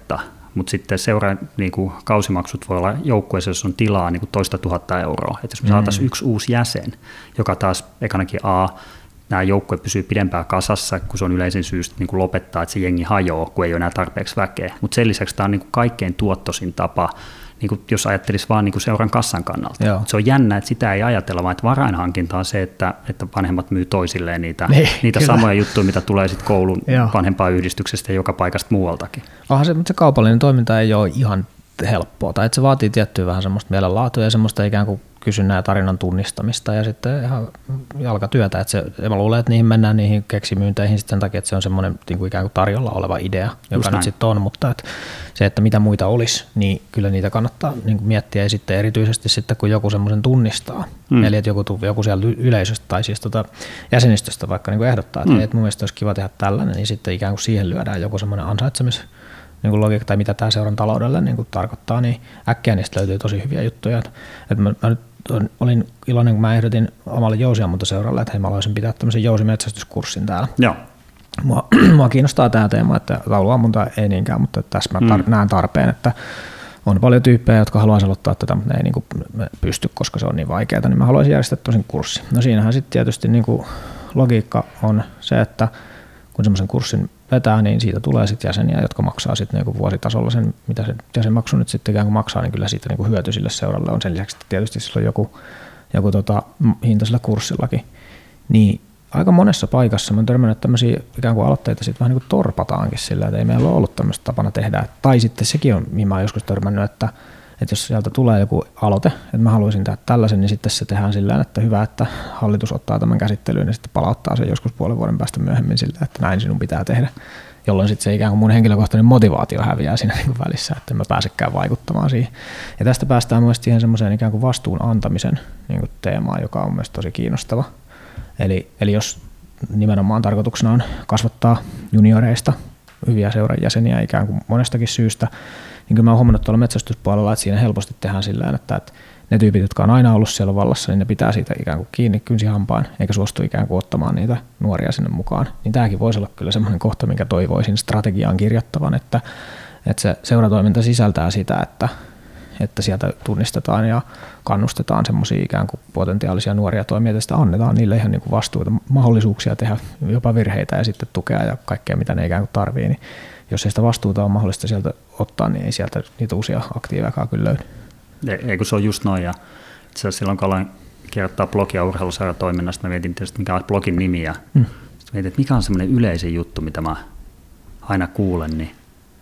mutta sitten seura, niin kuin kausimaksut voi olla joukkueessa, jos on tilaa niin kuin toista tuhatta euroa. Et jos me mm. saataisiin yksi uusi jäsen, joka taas ekanakin A, nämä joukkue pysyy pidempään kasassa, kun se on yleisin syystä niin kuin lopettaa, että se jengi hajoaa, kun ei ole enää tarpeeksi väkeä. Mutta sen lisäksi tämä on niin kuin kaikkein tuottoisin tapa, niin kuin jos ajattelisi vaan niin kuin seuran kassan kannalta. Se on jännä, että sitä ei ajatella, vaan että varainhankinta on se, että, että vanhemmat myy toisilleen niitä, niin, niitä samoja juttuja, mitä tulee sitten koulun vanhempaan yhdistyksestä ja joka paikasta muualtakin. Onhan se, mutta se kaupallinen toiminta ei ole ihan helppoa, tai että se vaatii tiettyä vähän semmoista mielenlaatua ja semmoista ikään kuin kysynnän ja tarinan tunnistamista ja sitten ihan jalkatyötä, että se, mä luulen, että niihin mennään niihin keksimyynteihin sitten sen takia, että se on semmoinen niin kuin ikään kuin tarjolla oleva idea, joka Just nyt näin. Sitten on, mutta että se, että mitä muita olisi, niin kyllä niitä kannattaa niin kuin miettiä ja sitten erityisesti sitten, kun joku semmoisen tunnistaa, mm. eli että joku, joku siellä yleisöstä tai siis tota jäsenistöstä vaikka niin kuin ehdottaa, että, mm. että mun mielestä olisi kiva tehdä tällainen, niin sitten ikään kuin siihen lyödään joku semmoinen ansaitsemis niin kuin logiikka tai mitä tämä seuran taloudelle niin kuin tarkoittaa, niin äkkiä niistä löytyy tosi hyviä juttuja. Että, että mä, mä nyt olin iloinen, kun mä ehdotin omalle jousiammuntaseuralle, että hei, mä haluaisin pitää tämmöisen jousimetsästyskurssin täällä. Joo. Mua, mua kiinnostaa tämä teema, että tauluammunta ei niinkään, mutta tässä mä tar- mm. näen tarpeen, että on paljon tyyppejä, jotka haluaisi aloittaa tätä, mutta ne ei niin kuin pysty, koska se on niin vaikeaa, niin mä haluaisin järjestää tosin kurssin. No siinähän sitten tietysti niin kuin logiikka on se, että kun semmoisen kurssin vetää, niin siitä tulee sitten jäseniä, jotka maksaa sitten niinku vuositasolla sen, mitä se jäsenmaksu nyt sitten ikään kuin maksaa, niin kyllä siitä niinku hyöty sille seuralle on. Sen lisäksi tietysti sillä on joku, joku tota, hinta sillä kurssillakin. Niin aika monessa paikassa mä oon törmännyt, että tämmöisiä ikään kuin aloitteita sitten vähän niin kuin torpataankin sillä, että ei meillä ole ollut tämmöistä tapana tehdä. Tai sitten sekin on, mihin mä oon joskus törmännyt, että että jos sieltä tulee joku aloite, että mä haluaisin tehdä tällaisen, niin sitten se tehdään sillä että hyvä, että hallitus ottaa tämän käsittelyyn ja sitten palauttaa sen joskus puolen vuoden päästä myöhemmin sillä, että näin sinun pitää tehdä, jolloin sitten se ikään kuin mun henkilökohtainen motivaatio häviää siinä niin kuin välissä, että en mä pääsekään vaikuttamaan siihen. Ja tästä päästään myös siihen semmoiseen ikään kuin vastuun antamisen niin kuin teemaan, joka on myös tosi kiinnostava. Eli, eli jos nimenomaan tarkoituksena on kasvattaa junioreista hyviä seuran jäseniä ikään kuin monestakin syystä, niin kyllä mä oon huomannut tuolla metsästyspuolella, että siinä helposti tehdään sillä että, että ne tyypit, jotka on aina ollut siellä vallassa, niin ne pitää siitä ikään kuin kiinni kynsihampaan, eikä suostu ikään kuin ottamaan niitä nuoria sinne mukaan. Niin tämäkin voisi olla kyllä semmoinen kohta, minkä toivoisin strategiaan kirjoittavan, että, että se seuratoiminta sisältää sitä, että, että sieltä tunnistetaan ja kannustetaan semmoisia ikään kuin potentiaalisia nuoria toimijoita, ja sitä annetaan niille ihan niin kuin vastuuta, mahdollisuuksia tehdä jopa virheitä ja sitten tukea ja kaikkea, mitä ne ikään kuin tarvii, niin jos ei sitä vastuuta ole mahdollista sieltä ottaa, niin ei sieltä niitä uusia aktiivejakaan kyllä löydy. Ei, kun se on just noin. Ja itse asiassa silloin, kun aloin kirjoittaa blogia urheiluseuratoiminnasta, mä mietin tietysti, mikä on blogin nimi. Ja mm. mietin, että mikä on semmoinen yleisin juttu, mitä mä aina kuulen. Niin,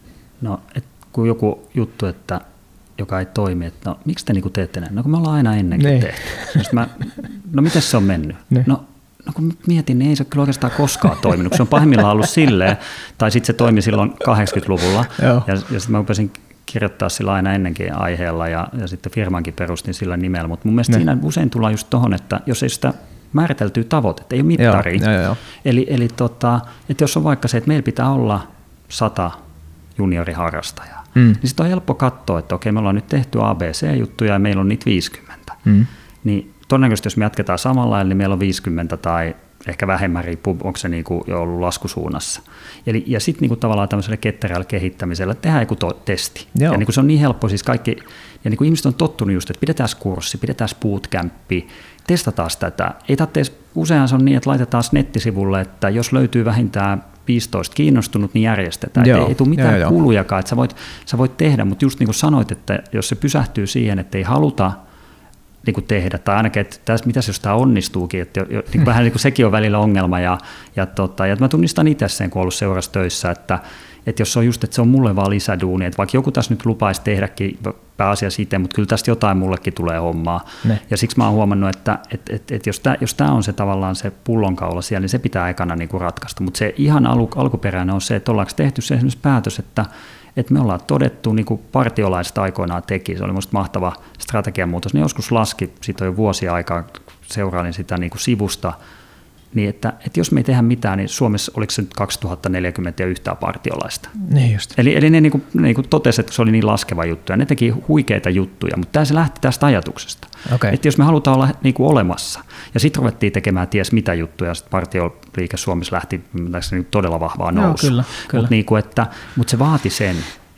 no, et, kun joku juttu, että, joka ei toimi, että no, miksi te niinku teette näin? No kun me ollaan aina ennenkin ne. tehty. Mä, no miten se on mennyt? Ne. No, No kun mietin, niin ei se kyllä oikeastaan koskaan toiminut. Se on pahimmillaan ollut silleen, tai sitten se toimi silloin kahdeksankymmentäluvulla, ja, ja sitten mä rupesin kirjoittaa sillä aina ennenkin aiheella, ja, ja sitten firmankin perustin sillä nimellä. Mutta mun mielestä ne. siinä usein tullaan just tohon, että jos ei sitä määriteltyä tavoitetta, ei ole mittari. Joo, jo, jo. Eli, eli tota, että jos on vaikka se, että meillä pitää olla sata junioriharrastajaa, mm. niin sitten on helppo katsoa, että okei, me ollaan nyt tehty A B C-juttuja ja meillä on niitä viisikymmentä. Mm. Niin todennäköisesti, jos me jatketaan samalla lailla, niin meillä on viisikymmentä tai ehkä vähemmän, riippuu, onko se niinku jo ollut laskusuunnassa. Eli, ja sitten niinku tavallaan tämmöisellä ketterällä kehittämisellä tehdään joku to- testi. Joo. Ja niinku se on niin helppo, siis kaikki, ja niinku ihmiset on tottunut just, että pidetään kurssi, pidetään bootcampi, testataan tätä. Ei tarvitse, useinhan se on niin, että laitetaan nettisivulle, että jos löytyy vähintään viisitoista kiinnostunut, niin järjestetään. Joo. Ei, ei tule mitään joo, kulujakaan, että sä voit, sä voit tehdä, mutta just niin kuin sanoit, että jos se pysähtyy siihen, että ei haluta niin kuin tehdä, tai ainakin, että tässä, mitäs jos tämä onnistuukin, että jo, niin kuin, vähän niin kuin sekin on välillä ongelma, ja, ja, tota, ja mä tunnistan itse sen, kun olen ollut seurassa töissä, että, että jos se on just, että se on mulle vaan lisäduuni, että vaikka joku tässä nyt lupaisi tehdäkin pääasiassa itse, mutta kyllä tästä jotain mullekin tulee hommaa, ne. Ja siksi mä oon huomannut, että, että, että, että jos, tämä, jos tämä on se tavallaan se pullonkaula siellä, niin se pitää ekana niin kuin ratkaista, mutta se ihan al, alkuperäinen on se, että ollaanko tehty se esimerkiksi päätös, että että me ollaan todettu, niin kuin partiolaiset aikoinaan teki, se oli minusta mahtava strategiamuutos, ne joskus laski, siitä on jo vuosia aikaa, seurailin sitä niin kuin sivusta, niin että, että jos me ei tehdä mitään, niin Suomessa oliko se nyt kaksituhattaneljäkymmentä ja yhtään partiolaista. Niin just. Eli, eli ne niin kuin, niin kuin totesi, että se oli niin laskeva juttu, ja ne teki huikeita juttuja, mutta tämä se lähti tästä ajatuksesta, okay. Että jos me halutaan olla niin kuin olemassa, ja sitten ruvettiin tekemään ties mitä juttuja, ja sitten partioliike Suomessa lähti niin todella vahvaa nousu, no, kyllä, kyllä. Mutta niin mutta se vaati sen,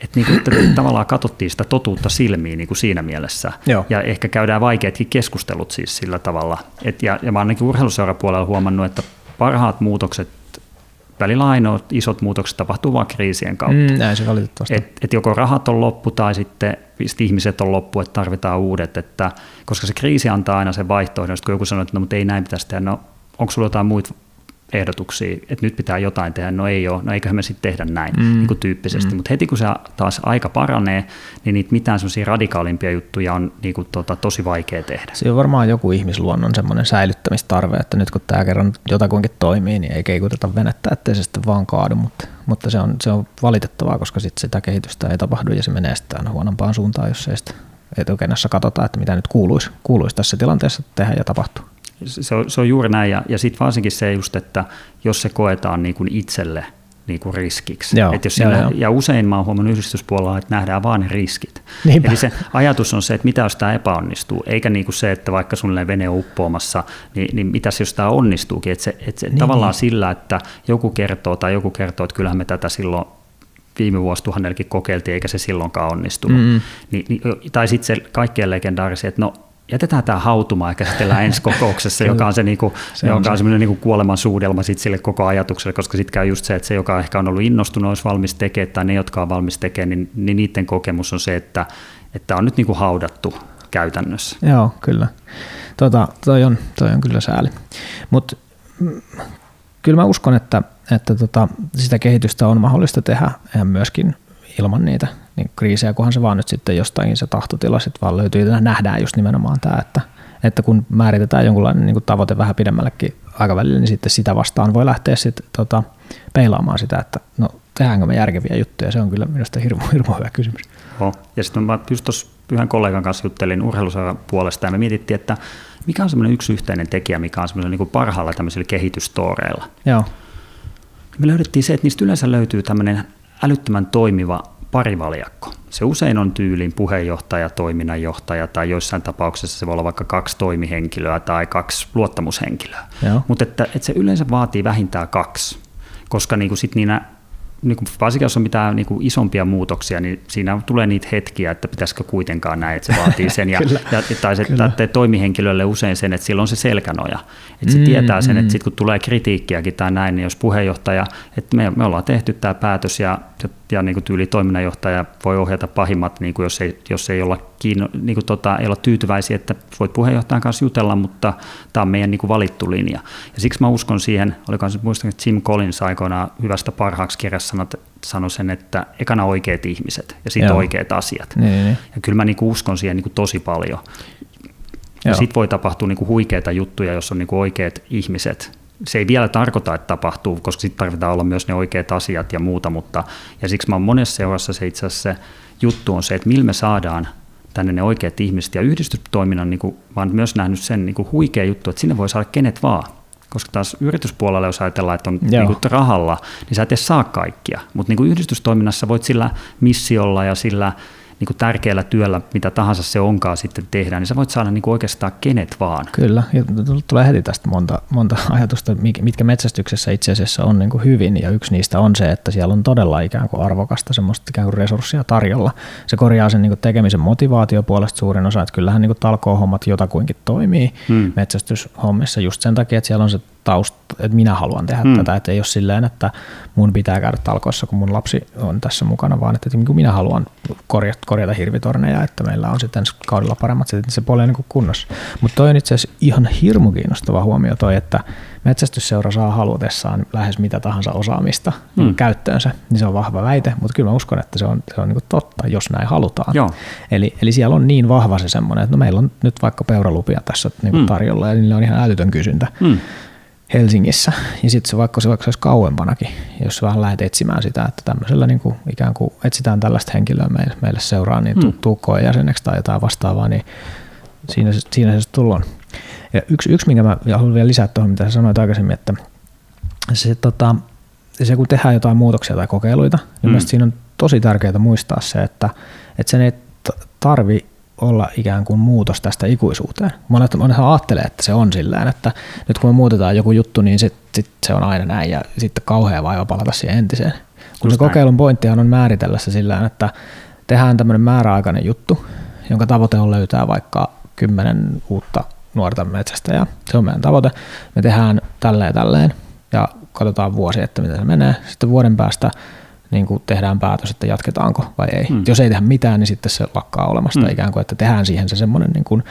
että, niin kuin, että tavallaan katsottiin sitä totuutta silmiin niin kuin siinä mielessä. Joo. Ja ehkä käydään vaikeatkin keskustelut siis sillä tavalla. Et, ja, ja mä oon ainakin urheiluseurapuolella huomannut, että parhaat muutokset, välillä ainoat isot muutokset tapahtuu vaan kriisien kautta. Mm, näin se valitettavasti. Et, et joko rahat on loppu tai sitten ihmiset on loppu, että tarvitaan uudet. Että, koska se kriisi antaa aina sen vaihtoehdon, kun joku sanoo, että no, mutta ei näin pitäisi tehdä. No, onko sulla jotain muita ehdotuksia, että nyt pitää jotain tehdä, no ei ole, no eiköhän me sitten tehdä näin mm. niin kuin tyyppisesti, mm. mutta heti kun se taas aika paranee, niin niitä mitään semmoisia radikaalimpia juttuja on niin kuin, tota, tosi vaikea tehdä. Se on varmaan joku ihmisluonnon semmoinen säilyttämistarve, että nyt kun tämä kerran jotakuinkin toimii, niin ei keikuteta venettä, ettei se sitten vaan kaadu, mutta, mutta se, on, se on valitettavaa, koska sitten sitä kehitystä ei tapahdu ja se menee sitten aina huonompaan suuntaan, jos ei sitä etukenässä katsota, että mitä nyt kuuluisi, kuuluisi tässä tilanteessa tehdä ja tapahtuu. Se on, se on juuri näin, ja, ja sitten varsinkin se just, että jos se koetaan niin kuin itselle niin kuin riskiksi. Joo, että jos joo, siinä, joo. Ja usein mä oon huomannut yhdistyspuolella, että nähdään vaan ne riskit. Niinpä. Eli se ajatus on se, että mitä jos tämä epäonnistuu, eikä niin kuin se, että vaikka sulle vene on uppoamassa, niin, niin mitäs jos tämä onnistuukin. Että se, että se niin, tavallaan niin. sillä, että joku kertoo tai joku kertoo, että kyllähän me tätä silloin viime vuosituhannellakin kokeiltiin, eikä se silloinkaan onnistunut. Mm-hmm. Ni, ni, tai sitten se kaikkein legendaarisia, että no jätetään tämä hautumaan ja käsitellään ensi kokouksessa, joka on se, niinku, se joka on semmoinen niinku kuoleman suudelma sit sille koko ajatukselle, koska sitten käy just se, että se, joka ehkä on ollut innostunut, olisi valmis tekemään, tai ne, jotka on valmis tekemään, niin, niin niiden kokemus on se, että, että on nyt niinku haudattu käytännössä. Joo, kyllä. Tota, toi, on, toi on kyllä sääli. Mutta kyllä mä uskon, että, että tota, sitä kehitystä on mahdollista tehdä ja myöskin ilman niitä niin kriisejä, kunhan se vaan nyt sitten jostain se tahtotila sitten vaan löytyy. Ja nähdään just nimenomaan tämä, että, että kun määritetään jonkunlainen niin kuin tavoite vähän pidemmällekin aikavälillä, niin sitten sitä vastaan voi lähteä sitten tota, peilaamaan sitä, että no tehdäänkö me järkeviä juttuja. Se on kyllä minusta hirmu, hirmu hyvä kysymys. Oho. Ja sitten mä just tuossa yhden kollegan kanssa juttelin urheiluseuran puolesta, ja me mietittiin, että mikä on semmoinen yksi yhteinen tekijä, mikä on semmoinen niin kuin parhaalla tämmöisillä kehitystooreilla. Joo. Me löydettiin se, että niistä yleensä löytyy tämmöinen älyttömän toimiva parivaljakko. Se usein on tyylin puheenjohtaja, toiminnanjohtaja tai joissain tapauksessa se voi olla vaikka kaksi toimihenkilöä tai kaksi luottamushenkilöä. Mutta että, että se yleensä vaatii vähintään kaksi, koska niinku sit niinä, niinku varsinkin jos on mitään niinku isompia muutoksia, niin siinä tulee niitä hetkiä, että pitäisikö kuitenkaan näin, että se vaatii sen. Ja, ja, tai se että toimihenkilölle usein sen, että sillä on se selkänoja. Että se mm, tietää sen, mm. että sit kun tulee kritiikkiäkin tai näin, niin jos puheenjohtaja, että me, me ollaan tehty tämä päätös ja, ja niin kuin tyyli toiminnanjohtaja voi ohjata pahimmat, niin kuin jos, ei, jos ei, olla kiinno, niin kuin tota, ei olla tyytyväisiä, että voit puheenjohtajan kanssa jutella, mutta tämä on meidän niin kuin valittu linja. Ja siksi mä uskon siihen, oliko se muistan, että Jim Collins aikoinaan hyvästä parhaaksi kirjassa sanoi sen, että ekana oikeat ihmiset ja sitten oikeat asiat. Niin, niin. Ja kyllä mä niin kuin uskon siihen niin kuin tosi paljon. Ja sitten voi tapahtua niin kuin huikeita juttuja, jos on niin kuin oikeat ihmiset. Se ei vielä tarkoita, että tapahtuu, koska sitten tarvitaan olla myös ne oikeat asiat ja muuta, mutta ja siksi mä oon monessa seurassa se itse asiassa se juttu on se, että millä me saadaan tänne ne oikeat ihmiset, ja yhdistystoiminnan, niin kuin, mä oon myös nähnyt sen niin kuin huikea juttu, että sinne voi saada kenet vaan, koska taas yrityspuolella, jos ajatellaan, että on niin kuin rahalla, niin sä et edes saa kaikkia, mutta niin kuin yhdistystoiminnassa voit sillä missiolla ja sillä niin kuin tärkeällä työllä, mitä tahansa se onkaan sitten tehdään, niin sä voit saada niin kuin oikeastaan kenet vaan. Kyllä, ja tulee heti tästä monta, monta ajatusta, mitkä metsästyksessä itse asiassa on niin kuin hyvin, ja yksi niistä on se, että siellä on todella ikään kuin arvokasta semmoista ikään kuin resurssia tarjolla. Se korjaa sen niin kuin tekemisen motivaatiopuolesta suurin osa, että kyllähän niin kuin talkoohommat jotakuinkin toimii hmm. metsästyshommissa just sen takia, että siellä on se tausta, että minä haluan tehdä hmm. tätä, että ei ole silleen, että mun pitää käydä talkoissa, kun mun lapsi on tässä mukana, vaan että minä haluan korjata, korjata hirvitorneja, että meillä on sitten kaudella paremmat, että se puoli on niin kuin kunnossa. Mutta toi on itse asiassa ihan hirmu kiinnostava huomio toi, että metsästysseura saa halutessaan lähes mitä tahansa osaamista hmm. käyttöönsä, niin se on vahva väite, mutta kyllä mä uskon, että se on, se on niin kuin totta, jos näin halutaan. Joo. Eli, eli siellä on niin vahva se semmoinen, että no meillä on nyt vaikka peuralupia tässä niin kuin hmm. tarjolla, ja niillä on ihan älytön kysyntä. Hmm. Helsingissä, ja sitten se vaikka se vaikka olisi kauempanakin, jos vähän lähdet etsimään sitä, että tämmöisellä niin kuin ikään kuin etsitään tällaista henkilöä meille, meille seuraa, niin mm. tuu koe jäseneksi tai jotain vastaavaa, niin siinä se, siinä se tullaan. Ja yksi, yksi, minkä mä haluan vielä lisää tuohon, mitä sä sanoit aikaisemmin, että se, tota, se kun tehdään jotain muutoksia tai kokeiluita, niin mm. mielestäni siinä on tosi tärkeää muistaa se, että, että sen ei tarvi olla ikään kuin muutos tästä ikuisuuteen. Monet, monethan ajattelee, että se on sillään, että nyt kun me muutetaan joku juttu, niin sit, sit se on aina näin ja sitten kauhea vaiva palata siihen entiseen. Kun se kokeilun pointtihan on määritellä se sillään, että tehdään tämmöinen määräaikainen juttu, jonka tavoite on löytää vaikka kymmenen uutta nuorta metsästäjää. Se on meidän tavoite. Me tehdään tälleen ja tälleen ja katsotaan vuosi, että miten se menee. Sitten vuoden päästä niin kuin tehdään päätös, että jatketaanko vai ei. Hmm. Jos ei tehdä mitään, niin sitten se lakkaa olemasta hmm. ikään kuin, että tehdään siihen se semmoinen niin kuin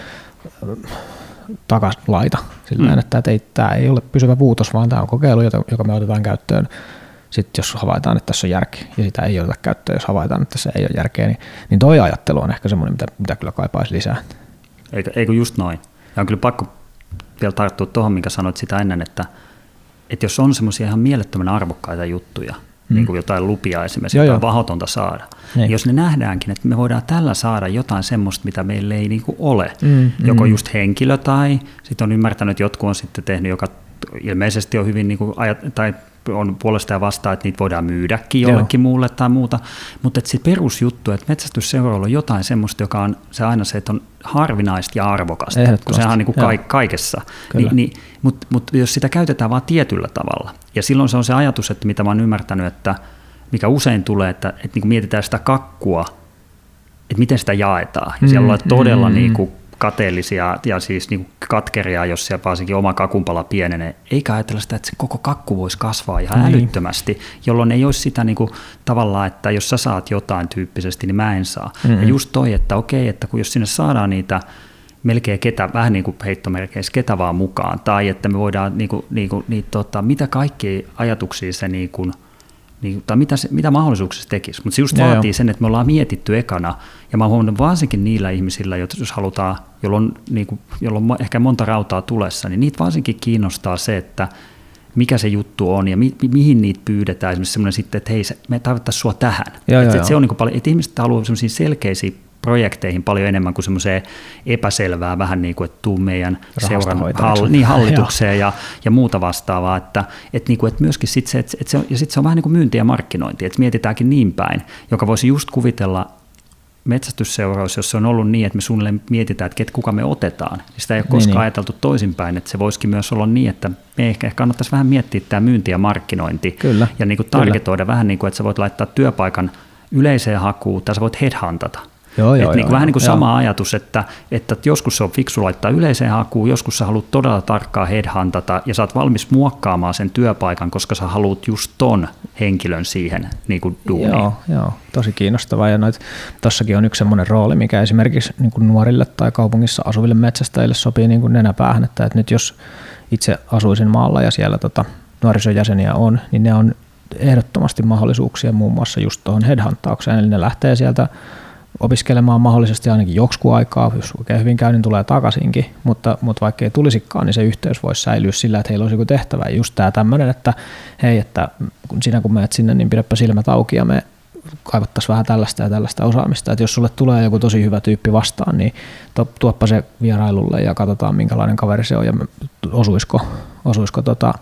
takaslaita. Sillä hmm. että ei, tämä ei ole pysyvä muutos, vaan tämä on kokeilu, joka me otetaan käyttöön. Sitten jos havaitaan, että tässä on järkeä, ja sitä ei oteta käyttöön, jos havaitaan, että tässä ei ole järkeä, niin, niin toi ajattelu on ehkä semmoinen, mitä, mitä kyllä kaipaisi lisää. Eikö, eikö just noin? Ja on kyllä pakko vielä tarttua tuohon, minkä sanoit sitä ennen, että, että jos on semmoisia ihan mielettömän arvokkaita juttuja, mm. niin kuin jotain lupia esimerkiksi, joo, jotain vahotonta saada, niin jos ne nähdäänkin, että me voidaan tällä saada jotain semmoista, mitä meillä ei niin kuin ole, mm, joko mm. just henkilö tai sitten on ymmärtänyt, että jotkut on sitten tehnyt, joka ilmeisesti on hyvin niin kuin ajat, tai on puolesta ja vastaan, että niitä voidaan myydäkin jollekin Joo. muulle tai muuta, mutta se perusjuttu, että metsästysseuroilla on jotain semmoista, joka on se aina se, että on harvinaista ja arvokasta, kun sehän on niin kuin ka- kaikessa, Ni, niin, mutta mut jos sitä käytetään vain tietyllä tavalla, ja silloin se on se ajatus, että mitä mä oon ymmärtänyt, että mikä usein tulee, että, että niin kuin mietitään sitä kakkua, että miten sitä jaetaan, ja siellä mm, on todella mm, niin kuin kateellisia ja siis niin katkeria, jos siellä varsinkin oma kakunpala pienenee, eikä ajatella sitä, että se koko kakku voisi kasvaa ihan niin. älyttömästi, jolloin ei olisi sitä niin kuin, tavallaan, että jos sä saat jotain tyyppisesti, niin mä en saa. Mm-hmm. Ja just toi, että okei, että kun jos sinne saadaan niitä melkein ketä, vähän niin kuin heittomerkeissä ketä vaan mukaan, tai että me voidaan, niin kuin, niin kuin, niin, tota, mitä kaikkia ajatuksia se niin kuin, Niin, tai mitä, se, mitä mahdollisuuksia se tekisi, mutta se just ja vaatii jo. sen, että me ollaan mietitty ekana, ja mä oon huomannut varsinkin niillä ihmisillä, jos halutaan, jolloin, niin kuin, jolloin ehkä monta rautaa tulessa, niin niitä varsinkin kiinnostaa se, että mikä se juttu on ja mi, mihin niitä pyydetään, esimerkiksi semmoinen sitten, että hei, me tarvittaisiin sua tähän. Ja, että, ja, että se on niin kuin paljon, että ihmiset haluaa semmoisia selkeisiä projekteihin paljon enemmän kuin semmoiseen epäselvää, vähän niin kuin, että tuu meidän seuran hall, niin, hallitukseen ja, ja muuta vastaavaa, että, että, niin kuin, että myöskin sit se, että, että se on, ja sitten se on vähän niin kuin myynti ja markkinointi, että mietitäänkin niin päin, joka voisi just kuvitella metsästysseuraus, jos se on ollut niin, että me suunnilleen mietitään, että ket, kuka me otetaan, niin sitä ei ole koskaan niin, ajateltu toisinpäin, että se voisikin myös olla niin, että me ehkä kannattaisi vähän miettiä tämä myynti ja markkinointi kyllä, ja niin kuin targetoida kyllä. vähän niin kuin, että sä voit laittaa työpaikan yleiseen hakuun tai sä voit headhuntata. Joo, joo, niin joo, vähän niin kuin joo. sama ajatus, että, että joskus se on fiksu laittaa yleiseen hakuun, joskus sä haluat todella tarkkaa headhuntata ja sä oot valmis muokkaamaan sen työpaikan, koska sä haluat just ton henkilön siihen niin kuin duuniin. Joo, joo, tosi kiinnostavaa ja tuossakin on yksi semmoinen rooli, mikä esimerkiksi niin kuin nuorille tai kaupungissa asuville metsästäjille sopii niin kuin nenäpäähän, että, että nyt jos itse asuisin maalla ja siellä tota, nuorison jäseniä on, niin ne on ehdottomasti mahdollisuuksia muun muassa just tuohon headhuntaukseen, eli ne lähtee sieltä opiskelemaan mahdollisesti ainakin joksikin aikaa, jos oikein hyvin käy, niin tulee takaisinkin, mutta, mutta vaikka ei tulisikaan, niin se yhteys voisi säilyä sillä, että heillä olisi joku tehtävä. Ja just tämä tämmöinen, että hei, että sinä kun menet sinne, niin pidäpä silmät auki ja me kaivattaisiin vähän tällaista ja tällaista osaamista, että jos sulle tulee joku tosi hyvä tyyppi vastaan, niin tuoppa se vierailulle ja katsotaan minkälainen kaveri se on ja osuisiko, osuisiko tota,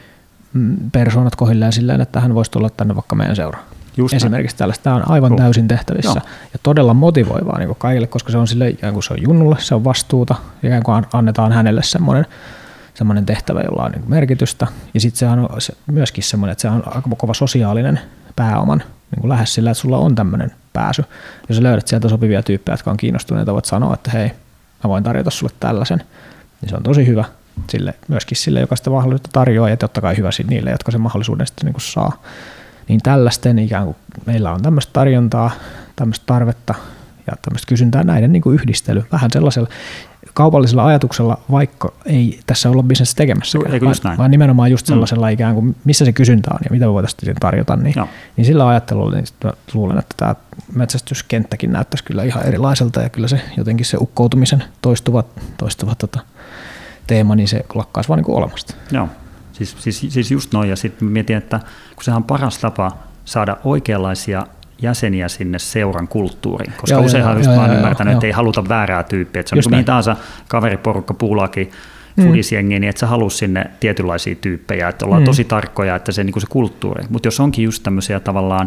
persoonat kohilleen silleen, että hän voisi tulla tänne vaikka meidän seuraan. Just esimerkiksi näin. Tällaista. Tämä on aivan oh. täysin tehtävissä Joo. ja todella motivoivaa niin kuin kaikille, koska se on sille ikään kuin se on junnulle, se on vastuuta, ikään kuin annetaan hänelle semmoinen, semmoinen tehtävä, jolla on niin kuin merkitystä. Ja sitten se on se, myöskin semmoinen, että se on aika kova sosiaalinen pääoman niin kuin lähes sillä, että sulla on tämmöinen pääsy. Jos löydät sieltä sopivia tyyppejä, jotka on kiinnostuneita, voit sanoa, että hei, mä voin tarjota sulle tällaisen, niin se on tosi hyvä. Sille, myöskin sille, joka sitä mahdollisuutta tarjoaa, ja totta kai hyvä niille, jotka sen mahdollisuuden sitten niin kuin saa. Niin tällaisten ikään kuin meillä on tämmöistä tarjontaa, tämmöistä tarvetta ja tämmöistä kysyntää näiden niin kuin yhdistely. Vähän sellaisella kaupallisella ajatuksella, vaikka ei tässä olla bisnestä tekemässä, vaan, vaan nimenomaan just sellaisella mm. ikään kuin, missä se kysyntä on ja mitä me voitaisiin tarjota. Niin, niin sillä ajattelulla niin luulen, että tämä metsästyskenttäkin näyttäisi kyllä ihan erilaiselta ja kyllä se jotenkin se ukkoutumisen toistuva, toistuva tota, teema, niin se lakkaisi vaan niin kuin olemasta. Joo. Siis, siis, siis just noin, ja sitten mietin, että kun sehän on paras tapa saada oikeanlaisia jäseniä sinne seuran kulttuuriin, koska joo, useinhan joo, just joo, mä oon ymmärtänyt, joo, että ei haluta väärää tyyppiä, että se on niin mihin tahansa kaveriporukka, puulaki, fudisjengi, mm. niin että sä halus sinne tietynlaisia tyyppejä, että ollaan mm. tosi tarkkoja, että se, niin kuin se kulttuuri, mutta jos onkin just tämmöisiä tavallaan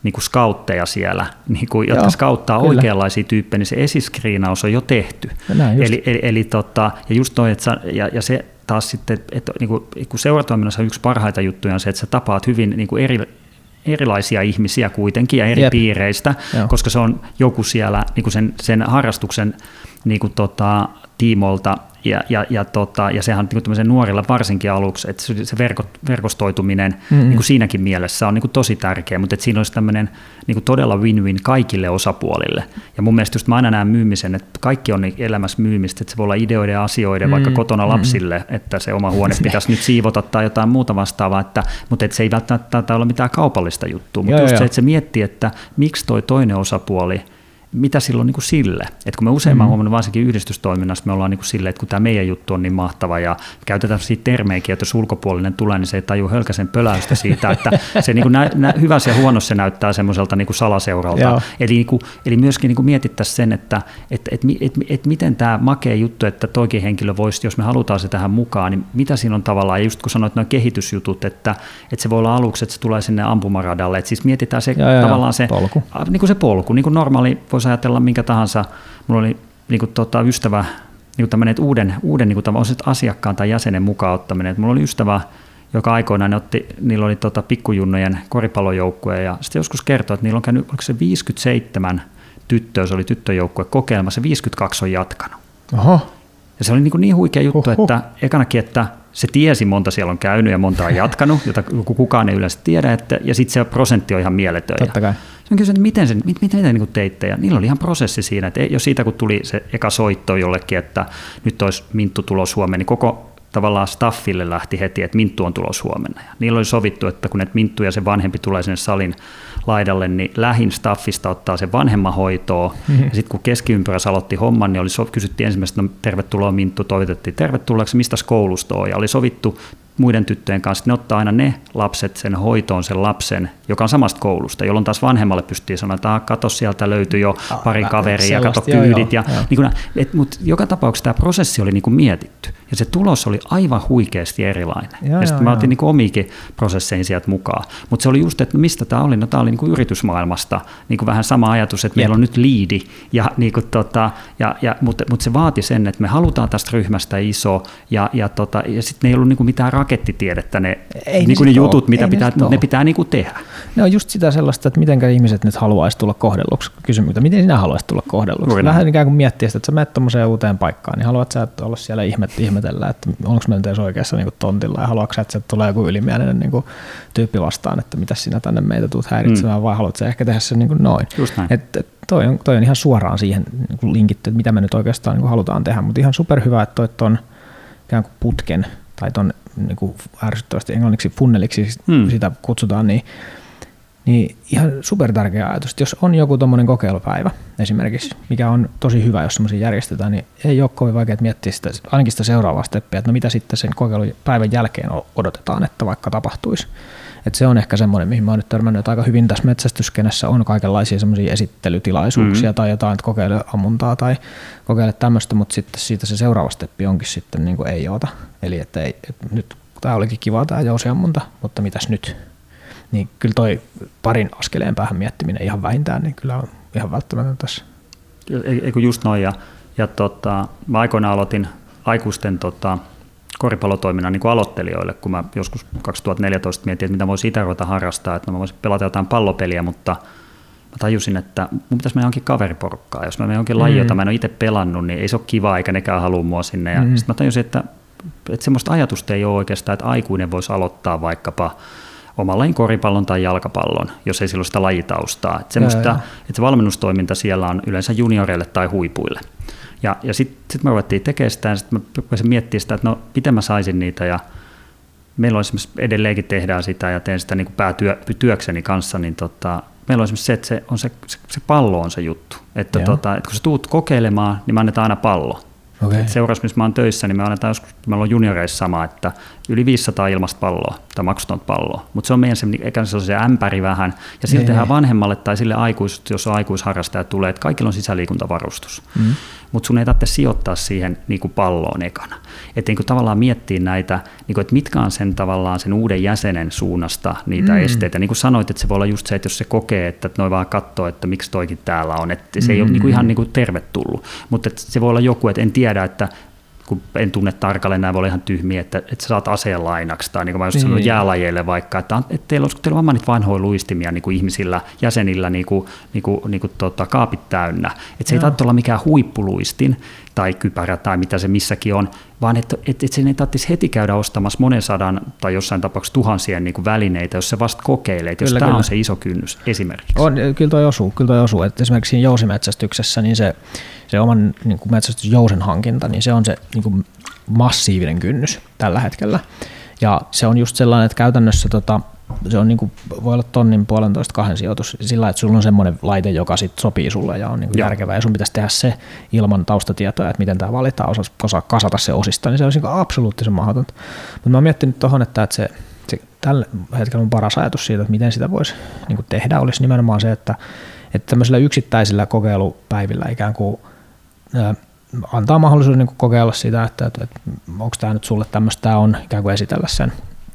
niin kuin skautteja siellä, niin kuin, jotka Joo, skauttaa kyllä. oikeanlaisia tyyppejä, niin se esiskriinaus on jo tehty. Eli, eli, eli tota, ja just toi, että sä, ja, ja se taas sitten, että niin kuin, kun seuratoiminnassa yksi parhaita juttuja on se, että sä tapaat hyvin niin kuin eri, erilaisia ihmisiä kuitenkin ja eri Jep. piireistä, Joo. koska se on joku siellä niin kuin sen, sen harrastuksen niin kuin tota, tiimolta, ja, ja, ja, tota, ja sehän on niin kuin nuorilla varsinkin aluksi, että se verko, verkostoituminen mm-hmm. niin kuin siinäkin mielessä on niin kuin tosi tärkeä, mutta että siinä olisi tämmöinen niin kuin todella win-win kaikille osapuolille. Ja mun mielestä just mä aina näen myymisen, että kaikki on elämässä myymistä, että se voi olla ideoiden ja asioiden mm-hmm. vaikka kotona lapsille, mm-hmm. että se oma huone pitäisi nyt siivota tai jotain muuta vastaavaa, että, mutta että se ei välttämättä ole mitään kaupallista juttua, mutta just se, että se miettii, että miksi toi toinen osapuoli, mitä silloin niin kuin sille, että kun me usein mm-hmm. huomannut varsinkin yhdistystoiminnassa, me ollaan niin kuin sille, että kun tämä meidän juttu on niin mahtava ja käytetään siitä termejäkin, että jos ulkopuolinen tulee, niin se ei taju hölkäsen pöläystä siitä, että se niin kuin nä, nä, hyvässä ja huonossa se näyttää semmoiselta niin kuin salaseuralta. Eli, niin kuin, eli myöskin niin kuin mietittäisiin sen, että et, et, et, et, et miten tämä makea juttu, että toikin henkilö voisi, jos me halutaan se tähän mukaan, niin mitä siinä on tavallaan, ja just kun sanoit nuo kehitysjutut, että, että se voi olla aluksi, että se tulee sinne ampumaradalle, että siis mietitään se ja, tavallaan ja, se polku. Niin kuin se polku, niin kuin normaali voisi ajatella minkä tahansa. Mulla oli niin kuin, tota, ystävä, niin kuin tämmöinen, uuden, uuden niin kuin, asiakkaan tai jäsenen mukaan ottaminen. Et mulla oli ystävä, joka aikoinaan ne otti, niillä oli tota, pikkujunnojen koripallojoukkue, ja sitten joskus kertoi, että niillä on käynyt, oliko se viisikymmentäseitsemän tyttöä, se oli tyttöjoukkue kokeilmassa, viisikymmentäkaksi on jatkanut. Oho. Ja se oli niin, kuin niin huikea juttu, Oho. että ekanakin, että se tiesi, monta siellä on käynyt ja monta on jatkanut, jota kukaan ei yleensä tiedä, että, ja sitten se prosentti on ihan mieletön. Totta kai. Se on kysynyt, että miten, se, miten, miten te niin teitte, ja niillä oli ihan prosessi siinä, että jo siitä kun tuli se eka soitto jollekin, että nyt olisi Minttu tulos huomenna, niin koko tavallaan staffille lähti heti, että Minttu on tulos huomenna. Ja niillä oli sovittu, että kun Minttu ja se vanhempi tulee sinne salin laidalle, niin lähin staffista ottaa sen vanhemman hoitoon. Mm-hmm. Ja sitten kun keskiympyrässä aloitti homman, niin oli so, kysyttiin ensimmäistä, no tervetuloa Minttu, toivotettiin tervetulleeksi, mistä koulusta on, ja oli sovittu muiden tyttöjen kanssa, että ne ottaa aina ne lapset sen hoitoon, sen lapsen, joka on samasta koulusta, jolloin taas vanhemmalle pystyy sanoa, että kato, sieltä löytyi jo pari kaveria ja kato kyydit. Ja, niin kuin, et, mutta joka tapauksessa tämä prosessi oli niin kuin mietitty ja se tulos oli aivan huikeasti erilainen. Joo, ja sitten mä otin niin kuin omiikin prosesseihin sieltä mukaan. Mutta se oli just, että mistä tämä oli? No tämä oli niin kuin yritysmaailmasta niin kuin vähän sama ajatus, että Jep. meillä on nyt liidi, ja, niin kuin, tota, ja, ja, mutta, mutta se vaati sen, että me halutaan tästä ryhmästä iso ja, ja, tota, ja sitten ne ei ollut niin kuin mitään rakettitiedettä ne, ei niin kuin ne jutut, ole. mitä ei pitää, ne, ne pitää niin kuin tehdä. Ne on just sitä sellaista, että miten ihmiset nyt haluaisi tulla kohdelluksi. Kysymys, miten sinä haluaisit tulla kohdelluksi? Ruina. Vähän ikään kuin miettiä sitä, että sä menet tuommoiseen uuteen paikkaan, niin haluat sä olla siellä ihmet, ihmetellä, että onko meillä edes oikeassa niin kuin tontilla, ja haluatko sä, että sieltä tulee joku ylimielinen niin kuin tyyppi vastaan, että mitä sinä tänne meitä tulet häiritsemään, mm. vai haluat sä ehkä tehdä sen niin kuin noin. Et, et toi, on, toi on ihan suoraan siihen niin kuin linkitty, että mitä me nyt oikeastaan niin kuin halutaan tehdä, mutta ihan superhyvä, että toi ton ikään kuin putken tai ton niin kuin ärsyttävästi englanniksi funneliksi hmm. sitä kutsutaan, niin, niin ihan super tärkeä ajatus, että jos on joku tommoinen kokeilupäivä esimerkiksi, mikä on tosi hyvä, jos semmoisia järjestetään, niin ei ole kovin vaikea miettiä sitä, ainakin sitä seuraavaa steppiä, että no mitä sitten sen kokeilupäivän jälkeen odotetaan, että vaikka tapahtuisi. Että se on ehkä semmoinen, mihin mä oon nyt törmännyt, että aika hyvin tässä metsästyskenessä on kaikenlaisia semmoisia esittelytilaisuuksia mm-hmm. tai jotain, että kokeile ammuntaa tai kokeile tämmöistä, mutta sitten siitä se seuraava steppi onkin sitten niin kuin ei oota. Eli että, ei, että nyt tämä olikin kiva tämä jousiammunta, mutta mitäs nyt? Niin kyllä toi parin askeleen päähän miettiminen ihan vähintään, niin kyllä on ihan välttämätöntä tässä. Eikö just noin, ja, ja tota, mä aikoinaan aloitin aikuisten tota, koripallotoiminnan niin kuin aloittelijoille, kun mä joskus kaksituhattaneljätoista mietin, että mitä voisi itse ruveta harrastaa, että mä voisin pelata jotain pallopeliä, mutta mä tajusin, että mun pitäisi mennä jonkin kaveriporukkaan. Jos mä menen jonkin mm. laji, jota mä en ole itse pelannut, niin ei se ole kivaa, eikä nekään halua mua sinne. Ja mm. sitten mä tajusin, että, että semmoista ajatusta ei ole oikeastaan, että aikuinen voisi aloittaa vaikkapa oman lajin koripallon tai jalkapallon, jos ei sillä ole sitä lajitaustaa. Että, semmoista, että se valmennustoiminta siellä on yleensä junioreille tai huipuille. Ja, ja sitten sit me ruvettiin tekemään sitä, ja sitten mä rupesin miettimään sitä, että no, miten mä saisin niitä, ja meillä on esimerkiksi edelleenkin tehdään sitä, ja teen sitä niin kuin päätyökseni kanssa, niin tota, meillä on esimerkiksi se, että se, on se, se, se pallo on se juttu. Että, tota, että kun sä tuut kokeilemaan, niin me annetaan aina pallo. Okay. Seuraus, missä mä oon töissä, niin me annetaan joskus, meillä on junioreissa sama, että yli viisisataa ilmasta palloa tai maksutonta palloa, mutta se on meidän se, se, se ämpäri vähän, ja silti tehdään vanhemmalle tai sille aikuis, jos on aikuisharrastaja tulee, että kaikilla on sisäliikuntavarustus. Mm. Mutta sun ei tarvitse sijoittaa siihen niin kuin palloon ekana. Että niin kuin tavallaan miettiä näitä, niin kuin, että mitkä on sen tavallaan sen uuden jäsenen suunnasta niitä mm. esteitä. Niin kuin sanoit, että se voi olla just se, että jos se kokee, että noin vaan katsoo, että miksi toikin täällä on, että se ei mm. ole niin kuin ihan niin kuin tervetullut. Mutta se voi olla joku, että en tiedä, että kun en tunne tarkalleen, nämä voi olla ihan tyhmiä, että, että sä saat aseen lainaksi, tai niin kuin mä just sanoin jäälajeille vaikka, että, että teillä on, teillä on vaan niitä vanhoja luistimia niin kuin ihmisillä, jäsenillä niin kuin, niin kuin, niin kuin, tota, kaapit täynnä. Että se Joo. ei tarvitse olla mikään huippuluistin tai kypärä tai mitä se missäkin on, vaan että, että, että sen ei tarvitsisi heti käydä ostamassa monen sadan tai jossain tapauksessa tuhansien niin kuin välineitä, jos se vasta kokeilee, että jos tämä on se iso kynnys esimerkiksi. On, kyllä toi osuu, kyllä toi osuu. Että esimerkiksi siinä jousimetsästyksessä niin se, se oman niin kuin metsästysjousen hankinta, niin se on se niin kuin massiivinen kynnys tällä hetkellä. Ja se on just sellainen, että käytännössä tota, se on niin kuin, voi olla tonnin puolentoista kahden sijoitus sillä, että sulla on semmoinen laite, joka sit sopii sulle ja on niin kuin järkevää, ja sun pitäisi tehdä se ilman taustatietoja, että miten tämä valitaan, osaa, osaa kasata se osista, niin se olisi niin absoluuttisen mahdotonta. Mutta mä oon miettinyt tuohon, että se, se tällä hetkellä on paras ajatus siitä, että miten sitä voisi niin kuin tehdä, olisi nimenomaan se, että, että tämmöisillä yksittäisillä kokeilupäivillä ikään kuin ää, antaa mahdollisuuden niin kuin kokeilla sitä, että, että, että onko tämä nyt sulle tämmöistä, tämä on ikään kuin esitellä sen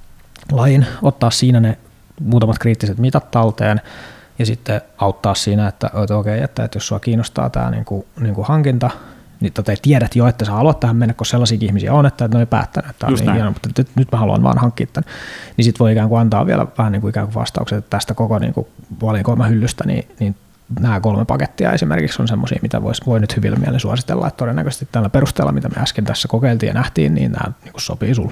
lajin, ottaa siinä ne muutamat kriittiset mitat talteen ja sitten auttaa siinä, että, että okei, että, että jos sua kiinnostaa tämä niin kuin, niin kuin hankinta, niin tota, tiedät jo, että sä haluat tähän mennä, kun sellaisia ihmisiä on, että ne on päättänyt, että tämä on niin hieno, mutta nyt, nyt mä haluan vaan hankkia tämän. Niin sitten voi ikään kuin antaa vielä vähän niin kuin ikään kuin vastaukset, että tästä koko niin kuin valikoimahyllystä, niin, niin nämä kolme pakettia esimerkiksi on semmoisia, mitä vois, voi nyt hyvillä mielin suositella, että todennäköisesti tällä perusteella, mitä me äsken tässä kokeiltiin ja nähtiin, niin nämä niin kuin sopii sulle.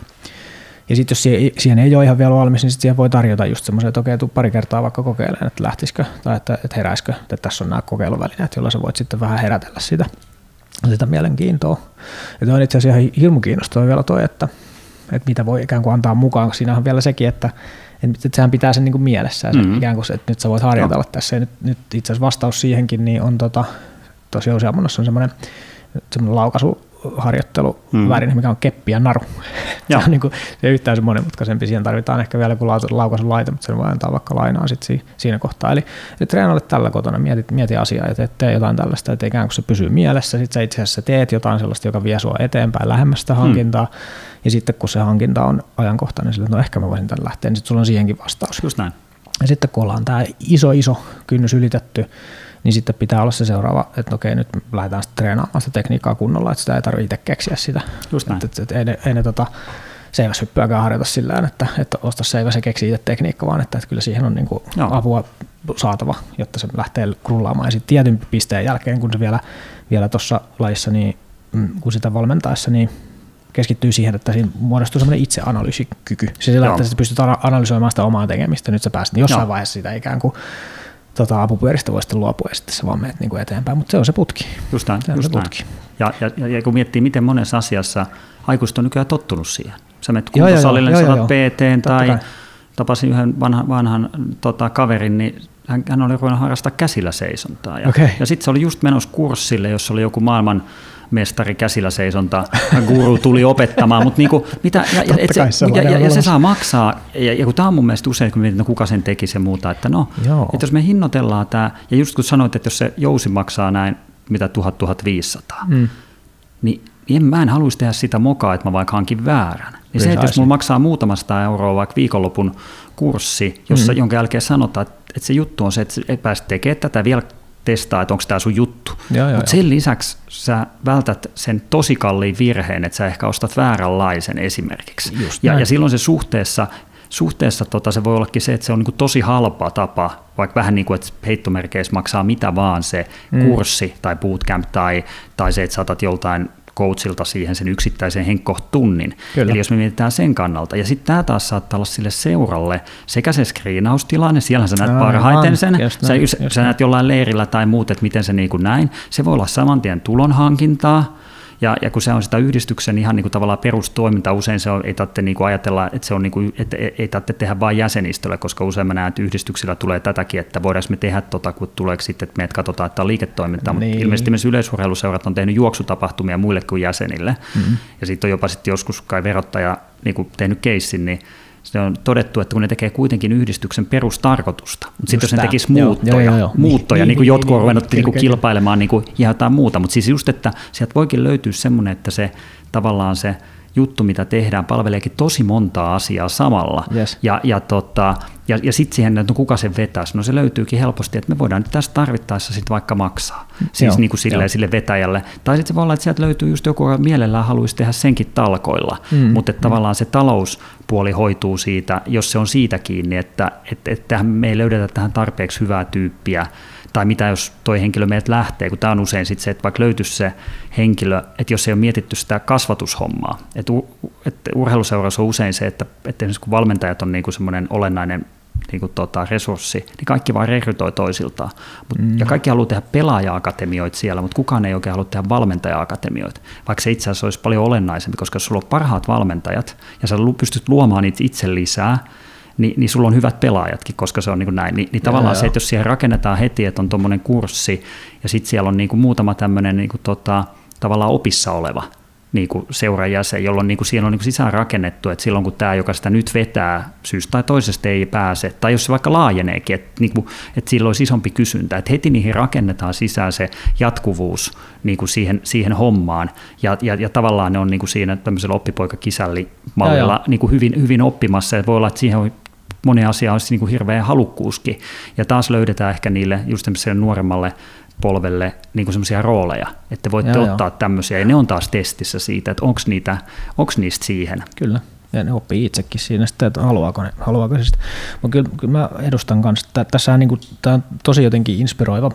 Ja sitten jos siihen ei ole ihan vielä valmis, niin sitten siihen voi tarjota just semmoisen, että okei, tuu pari kertaa vaikka kokeilemaan, että lähtisikö tai että, että heräisikö, että tässä on nämä kokeiluvälineet, joilla sä voit sitten vähän herätellä sitä, sitä mielenkiintoa. Ja toi on itse asiassa ihan hirmu kiinnostava vielä toi, että, että mitä voi ikään kuin antaa mukaan. Siinä on vielä sekin, että, että sehän pitää sen niin kuin mielessä, mm-hmm. ikään kuin, että nyt sä voit harjoitella no. tässä. Ja nyt, nyt itse asiassa vastaus siihenkin niin on tota, tosi useammassa on semmoinen, semmoinen laukaisu, harjoitteluväline, hmm. mikä on keppi ja naru. Se on niin kuin, se yhtään se monimutkaisempi. Siihen tarvitaan ehkä vielä joku laukaisulaite, mutta sen voi antaa vaikka lainaa sit siinä kohtaa. Eli, eli treenaile tällä kotona, mieti, mieti asiaa ja tee, tee jotain tällaista, että ikään kuin se pysyy mielessä. Sitten sä itse asiassa teet jotain sellaista, joka vie sua eteenpäin lähemmäs sitä hankintaa. Hmm. Ja sitten kun se hankinta on ajankohtainen, niin no ehkä mä voisin tämän lähteä, niin sitten sulla on siihenkin vastaus. Just näin. Ja sitten kun ollaan tämä iso, iso kynnys ylitetty, niin sitten pitää olla se seuraava, että okei, nyt lähdetään sitten treenaamaan sitä tekniikkaa kunnolla, että sitä ei tarvitse itse keksiä sitä. Just näin. Että, että ei ne, ei ne tota, seiväshyppyäkään harjoita sillä tavalla, että, että osta seiväs ja keksi itse tekniikka, vaan että, että kyllä siihen on niin kuin apua saatava, jotta se lähtee rullaamaan. Ja sitten tietyn pisteen jälkeen, kun se vielä, vielä tuossa lajissa, niin kun sitä valmentaessa, niin keskittyy siihen, että siinä muodostuu semmoinen itseanalyysikyky. Se sillä, että sä pystyt analysoimaan sitä omaa tekemistä, nyt sä pääset jossain Joo. vaiheessa sitä ikään kuin Tota, apupyöristä voi sitten luopua ja sitten sä vaan menet niinku eteenpäin, mutta se on se putki. Just näin, se on just se putki. Ja, ja, ja kun miettii, miten monessa asiassa aikuiset on nykyään tottunut siihen. Sä menet kuntosalille, sä olet P T:n tai kai. Tapasin yhden vanhan, vanhan tota, kaverin, niin hän, hän oli ruvennut harrastaa käsillä seisontaa. Ja, okay. ja sitten se oli just menossa kurssille, jossa oli joku maailman mestari käsillä seisonta, guru tuli opettamaan, mutta niinku, mitä, ja, ja, se, ja, ja, ja se saa maksaa, ja, ja kun tämä on mun mielestä usein, kun mietin, no kuka sen teki ja muuta, että no, että jos me hinnoitellaan tämä, ja just kun sanoit, että jos se jousi maksaa näin, mitä tuhat, tuhat viisisataa, mm. niin en, mä en haluaisi tehdä sitä mokaa, että mä vaikka hankin väärän. Niin se, että jos mulla maksaa muutamasta euroa vaikka viikonlopun kurssi, jossa, mm. jonka jälkeen sanotaan, että, että se juttu on se, että et pääset tekemään tätä vielä testaa, että onko tämä sun juttu. Mutta sen lisäksi sä vältät sen tosi kalliin virheen, että sä ehkä ostat vääränlaisen esimerkiksi. Ja, ja silloin se suhteessa, suhteessa tota, se voi ollakin se, että se on niinku tosi halpa tapa, vaikka vähän niin kuin, että heittomerkeissä maksaa mitä vaan se mm. kurssi tai bootcamp tai, tai se, että saatat joltain coachilta siihen sen yksittäisen henkkohtunnin. Eli jos me mietitään sen kannalta. Ja sitten tämä taas saattaa olla sille seuralle sekä se screenaustilanne, siellä sä näet no, parhaiten sen, just sä, näin, sä näet jollain leirillä tai muut, että miten se niin kuin näin. Se voi olla saman tien tulonhankintaa, Ja, ja kun se on sitä yhdistyksen ihan niin kuin tavallaan perustoiminta, usein se on, ei tarvitse niin kuin ajatella, että se on niin kuin, että ei tarvitse tehdä vain jäsenistölle, koska usein mä näen, että yhdistyksillä tulee tätäkin, että voidaanko me tehdä tota, kun tuleeko sitten, että meidät katsotaan, että on liiketoimintaa, niin. Mutta ilmeisesti myös yleisurheiluseurat on tehnyt juoksutapahtumia muille kuin jäsenille, mm-hmm. ja sitten on jopa sitten joskus kai verottaja niin kuin tehnyt keissin, niin se on todettu, että kun ne tekee kuitenkin yhdistyksen perustarkoitusta, mutta sitten jos ne tekisi muuttoja, joo, joo, joo. muuttoja niin, niin, niin kuin jotkut on ruvennut niin, niin, kilpailemaan niin kuin ihan jotain muuta, mutta siis just, että sieltä voikin löytyä semmoinen, että se tavallaan se juttu, mitä tehdään, palveleekin tosi montaa asiaa samalla. Yes. Ja, ja, tota, ja, ja sitten siihen, että no kuka sen vetäisi, no se löytyykin helposti, että me voidaan nyt tässä tarvittaessa sitten vaikka maksaa, siis joo, niin kuin silleen, sille vetäjälle. Tai sitten se voi olla, että sieltä löytyy just joku, joka mielellään haluaisi tehdä senkin talkoilla, mm, mutta että mm. tavallaan se talouspuoli hoituu siitä, jos se on siitä kiinni, että, että, että me ei löydetä tähän tarpeeksi hyvää tyyppiä, tai mitä jos toi henkilö meiltä lähtee, kun tämä on usein sit se, että vaikka löytyisi se henkilö, että jos ei ole mietitty sitä kasvatushommaa, että, että urheiluseurassa on usein se, että, että esimerkiksi kun valmentajat on niinku semmoinen olennainen niinku tota, resurssi, niin kaikki vaan rekrytoi toisiltaan. Mut, mm. Ja kaikki haluaa tehdä pelaaja-akatemioita siellä, mutta kukaan ei oikein halua tehdä valmentaja-akatemioita, vaikka se itse asiassa olisi paljon olennaisempi, koska jos sulla on parhaat valmentajat ja sä pystyt luomaan niitä itse lisää, Niin, niin sulla on hyvät pelaajatkin, koska se on niin kuin näin. Ni, niin tavallaan ja, se, että jos siihen rakennetaan heti, että on tuommoinen kurssi, ja sitten siellä on niin kuin muutama tämmöinen niin kuin tota, tavallaan opissa oleva niin kuin seurajäsen, jolloin niin kuin siellä on niin kuin sisään rakennettu, että silloin kun tämä, joka sitä nyt vetää, syystä tai toisesta ei pääse, tai jos se vaikka laajeneekin, että, niin kuin, että sillä olisi isompi kysyntä, että heti niihin rakennetaan sisään se jatkuvuus niin kuin siihen, siihen hommaan, ja, ja, ja tavallaan ne on niin kuin siinä tämmöisellä oppipoikakisällimallilla niin kuin hyvin, hyvin oppimassa, ja voi olla, että siihen on moni asia olisi niin kuin hirveä halukkuuskin, ja taas löydetään ehkä niille just nuoremmalle polvelle niin kuin semmoisia rooleja, että voitte joo, ottaa joo. tämmöisiä, ja ne on taas testissä siitä, että onko niitä, onko niistä siihen. Kyllä, ja ne oppii itsekin siinä sitten, että haluaako ne, haluaako se sitten. Mutta kyllä, kyllä mä edustan kanssa, että tässä niin kuin, tämä on tosi jotenkin inspiroiva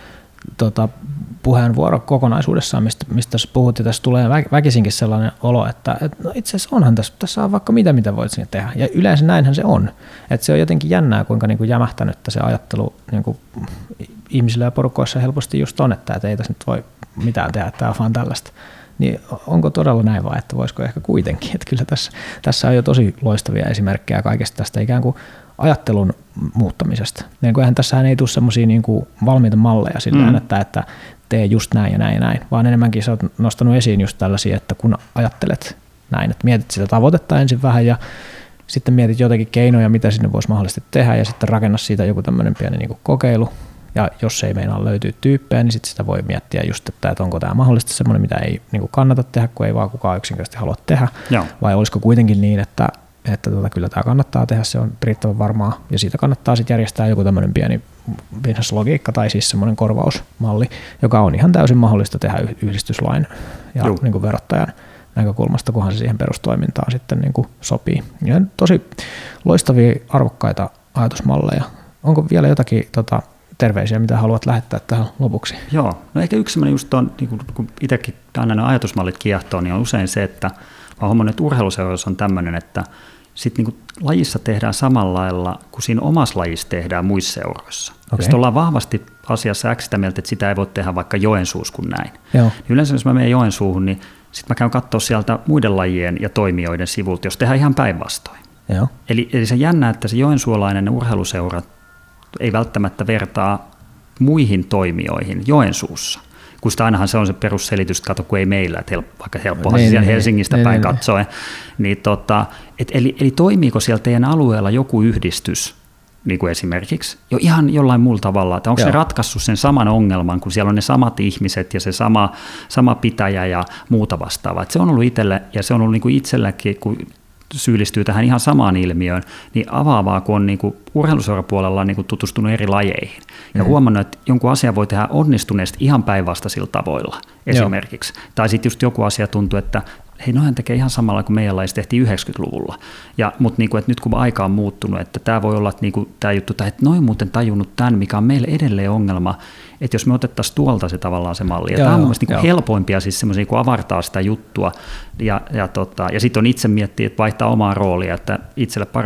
tota, puheenvuoro kokonaisuudessaan, mistä, mistä tässä puhut, ja tässä tulee väkisinkin sellainen olo, että, että no itse asiassa onhan tässä, tässä on vaikka mitä, mitä voit sinne tehdä, ja yleensä näinhän se on, että se on jotenkin jännää, kuinka niin kuin jämähtänyt se ajattelu niin kuin ihmisillä ja porukoissa helposti just on, että, että ei tässä nyt voi mitään tehdä, että tämä on vaan tällaista. Niin onko todella näin vai, että voisiko ehkä kuitenkin, että kyllä tässä, tässä on jo tosi loistavia esimerkkejä kaikesta tästä ikään kuin ajattelun muuttamisesta. Niin kuin eihän tässähän ei tule semmoisia niin kuin valmiita malleja sillä mm. että, että tee just näin ja näin ja näin, vaan enemmänkin sä oot nostanut esiin just tällaisia, että kun ajattelet näin, että mietit sitä tavoitetta ensin vähän ja sitten mietit jotakin keinoja, mitä sinne voisi mahdollisesti tehdä ja sitten rakenna siitä joku tämmöinen pieni niin kuin kokeilu. Ja jos ei meinaa löytyä tyyppejä, niin sitten sitä voi miettiä just, että, että onko tämä mahdollisesti semmoinen, mitä ei niin kuin kannata tehdä, kun ei vaan kukaan yksinkertaisesti halua tehdä. Joo. Vai olisiko kuitenkin niin, että, että tota, kyllä tämä kannattaa tehdä, se on riittävän varmaa. Ja siitä kannattaa sitten järjestää joku tämmöinen pieni business-logiikka tai siis semmoinen korvausmalli, joka on ihan täysin mahdollista tehdä yhdistyslain ja niin kuin verottajan näkökulmasta, kunhan se siihen perustoimintaan sitten niin kuin sopii. Ja tosi loistavia, arvokkaita ajatusmalleja. Onko vielä jotakin tota, terveisiä, mitä haluat lähettää tähän lopuksi? Joo, no ehkä yksi sellainen just on, niin kun itsekin aina ne ajatusmallit kiehtoo, niin on usein se, että mä huomannut, että urheiluseurassa on tämmöinen, että sitten niin lajissa tehdään samalla lailla kuin siinä omassa lajissa tehdään muissa seuroissa. Okay. Sitten ollaan vahvasti asiassa X sitä mieltä, että sitä ei voi tehdä vaikka Joensuussa kuin näin. Niin yleensä jos mä menen Joensuuhun, niin sitten mä käyn katsoa sieltä muiden lajien ja toimijoiden sivulta, jos tehdään ihan päinvastoin. Joo. Eli, eli se jännä, että se joensuolainen urheiluseura ei välttämättä vertaa muihin toimijoihin Joensuussa. Kun sitä ainahan se on se perusselitys, että kato kun ei meillä, että helppo, vaikka helppohan niin, siellä Helsingistä niin, päin niin, katsoen. Niin tota, et eli, eli toimiiko siellä teidän alueella joku yhdistys, niin kuin esimerkiksi, jo ihan jollain muulla tavalla, että onko Joo. se ratkaissut sen saman ongelman, kun siellä on ne samat ihmiset ja se sama, sama pitäjä ja muuta vastaavaa. Et se on ollut itselle, ja se on ollut niin kuin itselläkin, kun syyllistyy tähän ihan samaan ilmiöön, niin avaavaa, kun on niin kuin urheiluseurapuolella niin kuin tutustunut eri lajeihin. Ja mm. huomannut, että jonkun asia voi tehdä onnistuneesti ihan päinvastaisilla tavoilla esimerkiksi. Joo. Tai sitten just joku asia tuntuu, että hei, nohan tekee ihan samalla kuin meidän lajissa tehtiin yhdeksänkymmentäluvulla. Ja, mutta niin kuin, että nyt kun aika on muuttunut, että tämä voi olla että niin kuin, tämä juttu, että noin muuten tajunnut tämän, mikä on meille edelleen ongelma, että jos me otettaisiin tuolta se tavallaan se malli. Ja joo, tämä on mielestäni niin helpoimpia siis semmoisia, kun avartaa sitä juttua. Ja, ja, tota, ja sitten on itse miettiä, että vaihtaa omaa roolia, että itselle paras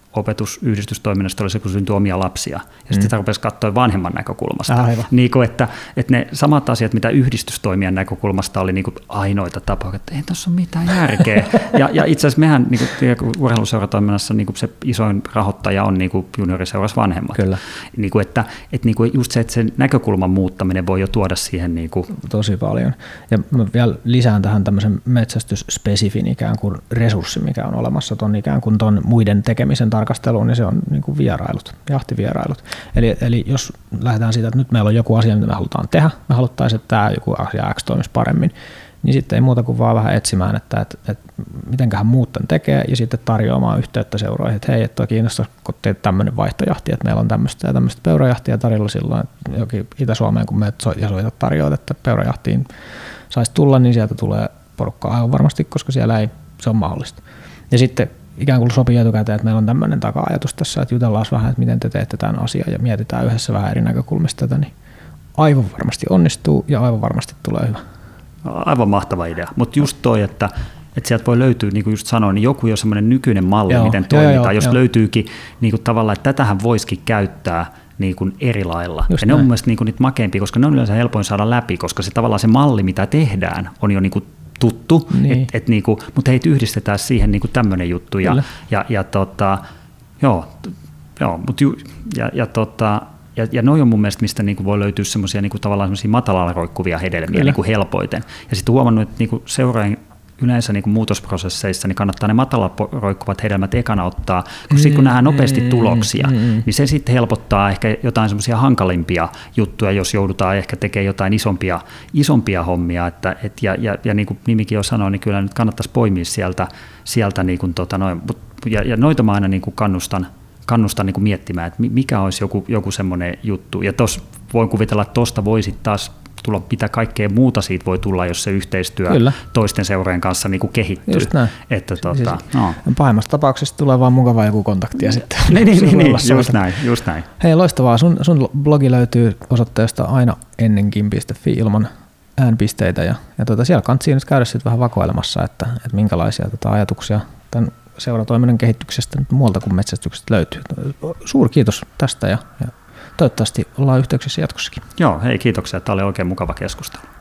opetusyhdistystoiminnasta oli se, kun syntyi omia lapsia. Ja sitten mm. sitä rupesi katsoa vanhemman näkökulmasta. Niin kuin, että, että ne samat asiat, mitä yhdistystoimijan näkökulmasta oli niin kuin ainoita tapoja, että ei tuossa ole mitään järkeä. ja, ja itse asiassa mehän niin kuin urheiluseuratoiminnassa niin kuin se isoin rahoittaja on niin kuin junioriseuras vanhemmat. Kyllä. Niin kuin, että, että niin kuin just se, että sen näkökulman muuttaminen voi jo tuoda siihen. Niin kuin tosi paljon. Ja mä vielä lisään tähän tämmöisen metsästysspesifin ikään kuin resurssi, mikä on olemassa ton ikään kuin ton muiden tekemisen tarkasteluun, niin se on niin kuin vierailut, jahtivierailut. Eli, eli jos lähdetään siitä, että nyt meillä on joku asia, mitä me halutaan tehdä, me haluttaisiin, että tämä joku asia X toimisi paremmin, niin sitten ei muuta kuin vaan vähän etsimään, että, että, että mitenköhän muut tämän tekee, ja sitten tarjoamaan yhteyttä seuroihin, että hei, että kiinnostaisiko teitä tämmöinen vaihtojahti, että meillä on tämmöistä ja tämmöistä peurajahtia tarjolla silloin, että jokin Itä-Suomeen, kun meidät ja soitat tarjoat, että peurajahtiin saisi tulla, niin sieltä tulee porukkaa aivan varmasti, koska siellä ei, se on mahdollista. Ja sitten ikään kuin sopii etukäteen, että meillä on tämmöinen taka-ajatus tässä, että jutellaan vähän, että miten te teette tämän asian ja mietitään yhdessä vähän eri näkökulmista tätä, niin aivan varmasti onnistuu ja aivan varmasti tulee hyvä. Aivan mahtava idea, mutta just toi, että, että sieltä voi löytyä, niin kuin just sanoin, niin joku jo semmoinen nykyinen malli, joo, miten toimitaan, joo, joo, jos joo. löytyykin niin kuin tavallaan, että tätähän voisikin käyttää niin kuin eri lailla. Just ja ne näin. On mun mielestä niin kuin niitä makeimpia, koska ne on yleensä helpoin saada läpi, koska se tavallaan se malli, mitä tehdään, on jo niin kuin tuttu, niin. et, et niinku, mutta heitä yhdistetään siihen niinku tämmöinen juttu. Ja, ja, ja, tota, joo, joo, mut ju, ja, ja, tota, ja, ja noi on mun mielestä, mistä niinku voi löytyä semmoisia niinku tavallaan semmoisia matalalla roikkuvia hedelmiä niinku helpoiten. Ja sitten huomannut, että niinku seuraajan yleensä niin kuin muutosprosesseissa niin kannattaa ne matala roikkuvat hedelmät ekana ottaa, kun sitten kun nähdään nopeasti tuloksia, mm, mm. niin se sitten helpottaa ehkä jotain semmoisia hankalimpia juttuja, jos joudutaan ehkä tekemään jotain isompia, isompia hommia, että, et, ja, ja, ja niin kuin nimikin jo sanoi, niin kyllä nyt kannattaisi poimia sieltä, sieltä niin kuin tota noin, ja, ja noita mä aina niin kuin kannustan, kannustan niin kuin miettimään, että mikä olisi joku, joku semmoinen juttu, ja tuossa voin kuvitella, että tuosta voisi taas tulla, mitä kaikkea muuta siitä voi tulla, jos se yhteistyö Kyllä. toisten seurojen kanssa niin kuin kehittyy. Just näin. Että, tuota, siis, no. Pahimmassa tapauksessa tulee vaan mukava joku kontakti ja sitten niin, niin, niin, niin, just näin, just näin. Hei, loistavaa. Sun, sun blogi löytyy osoitteesta aina ennenkin piste fi ilman äänpisteitä ja, ja tuota, siellä kannattaa nyt käydä sitten vähän vakoilemassa, että, että minkälaisia tuota ajatuksia tämän seuratoiminnan kehityksestä nyt muualta kuin metsästyksestä löytyy. Suuri kiitos tästä ja, ja toivottavasti ollaan yhteyksissä jatkossakin. Joo, hei kiitoksia. Tämä oli oikein mukava keskustelu.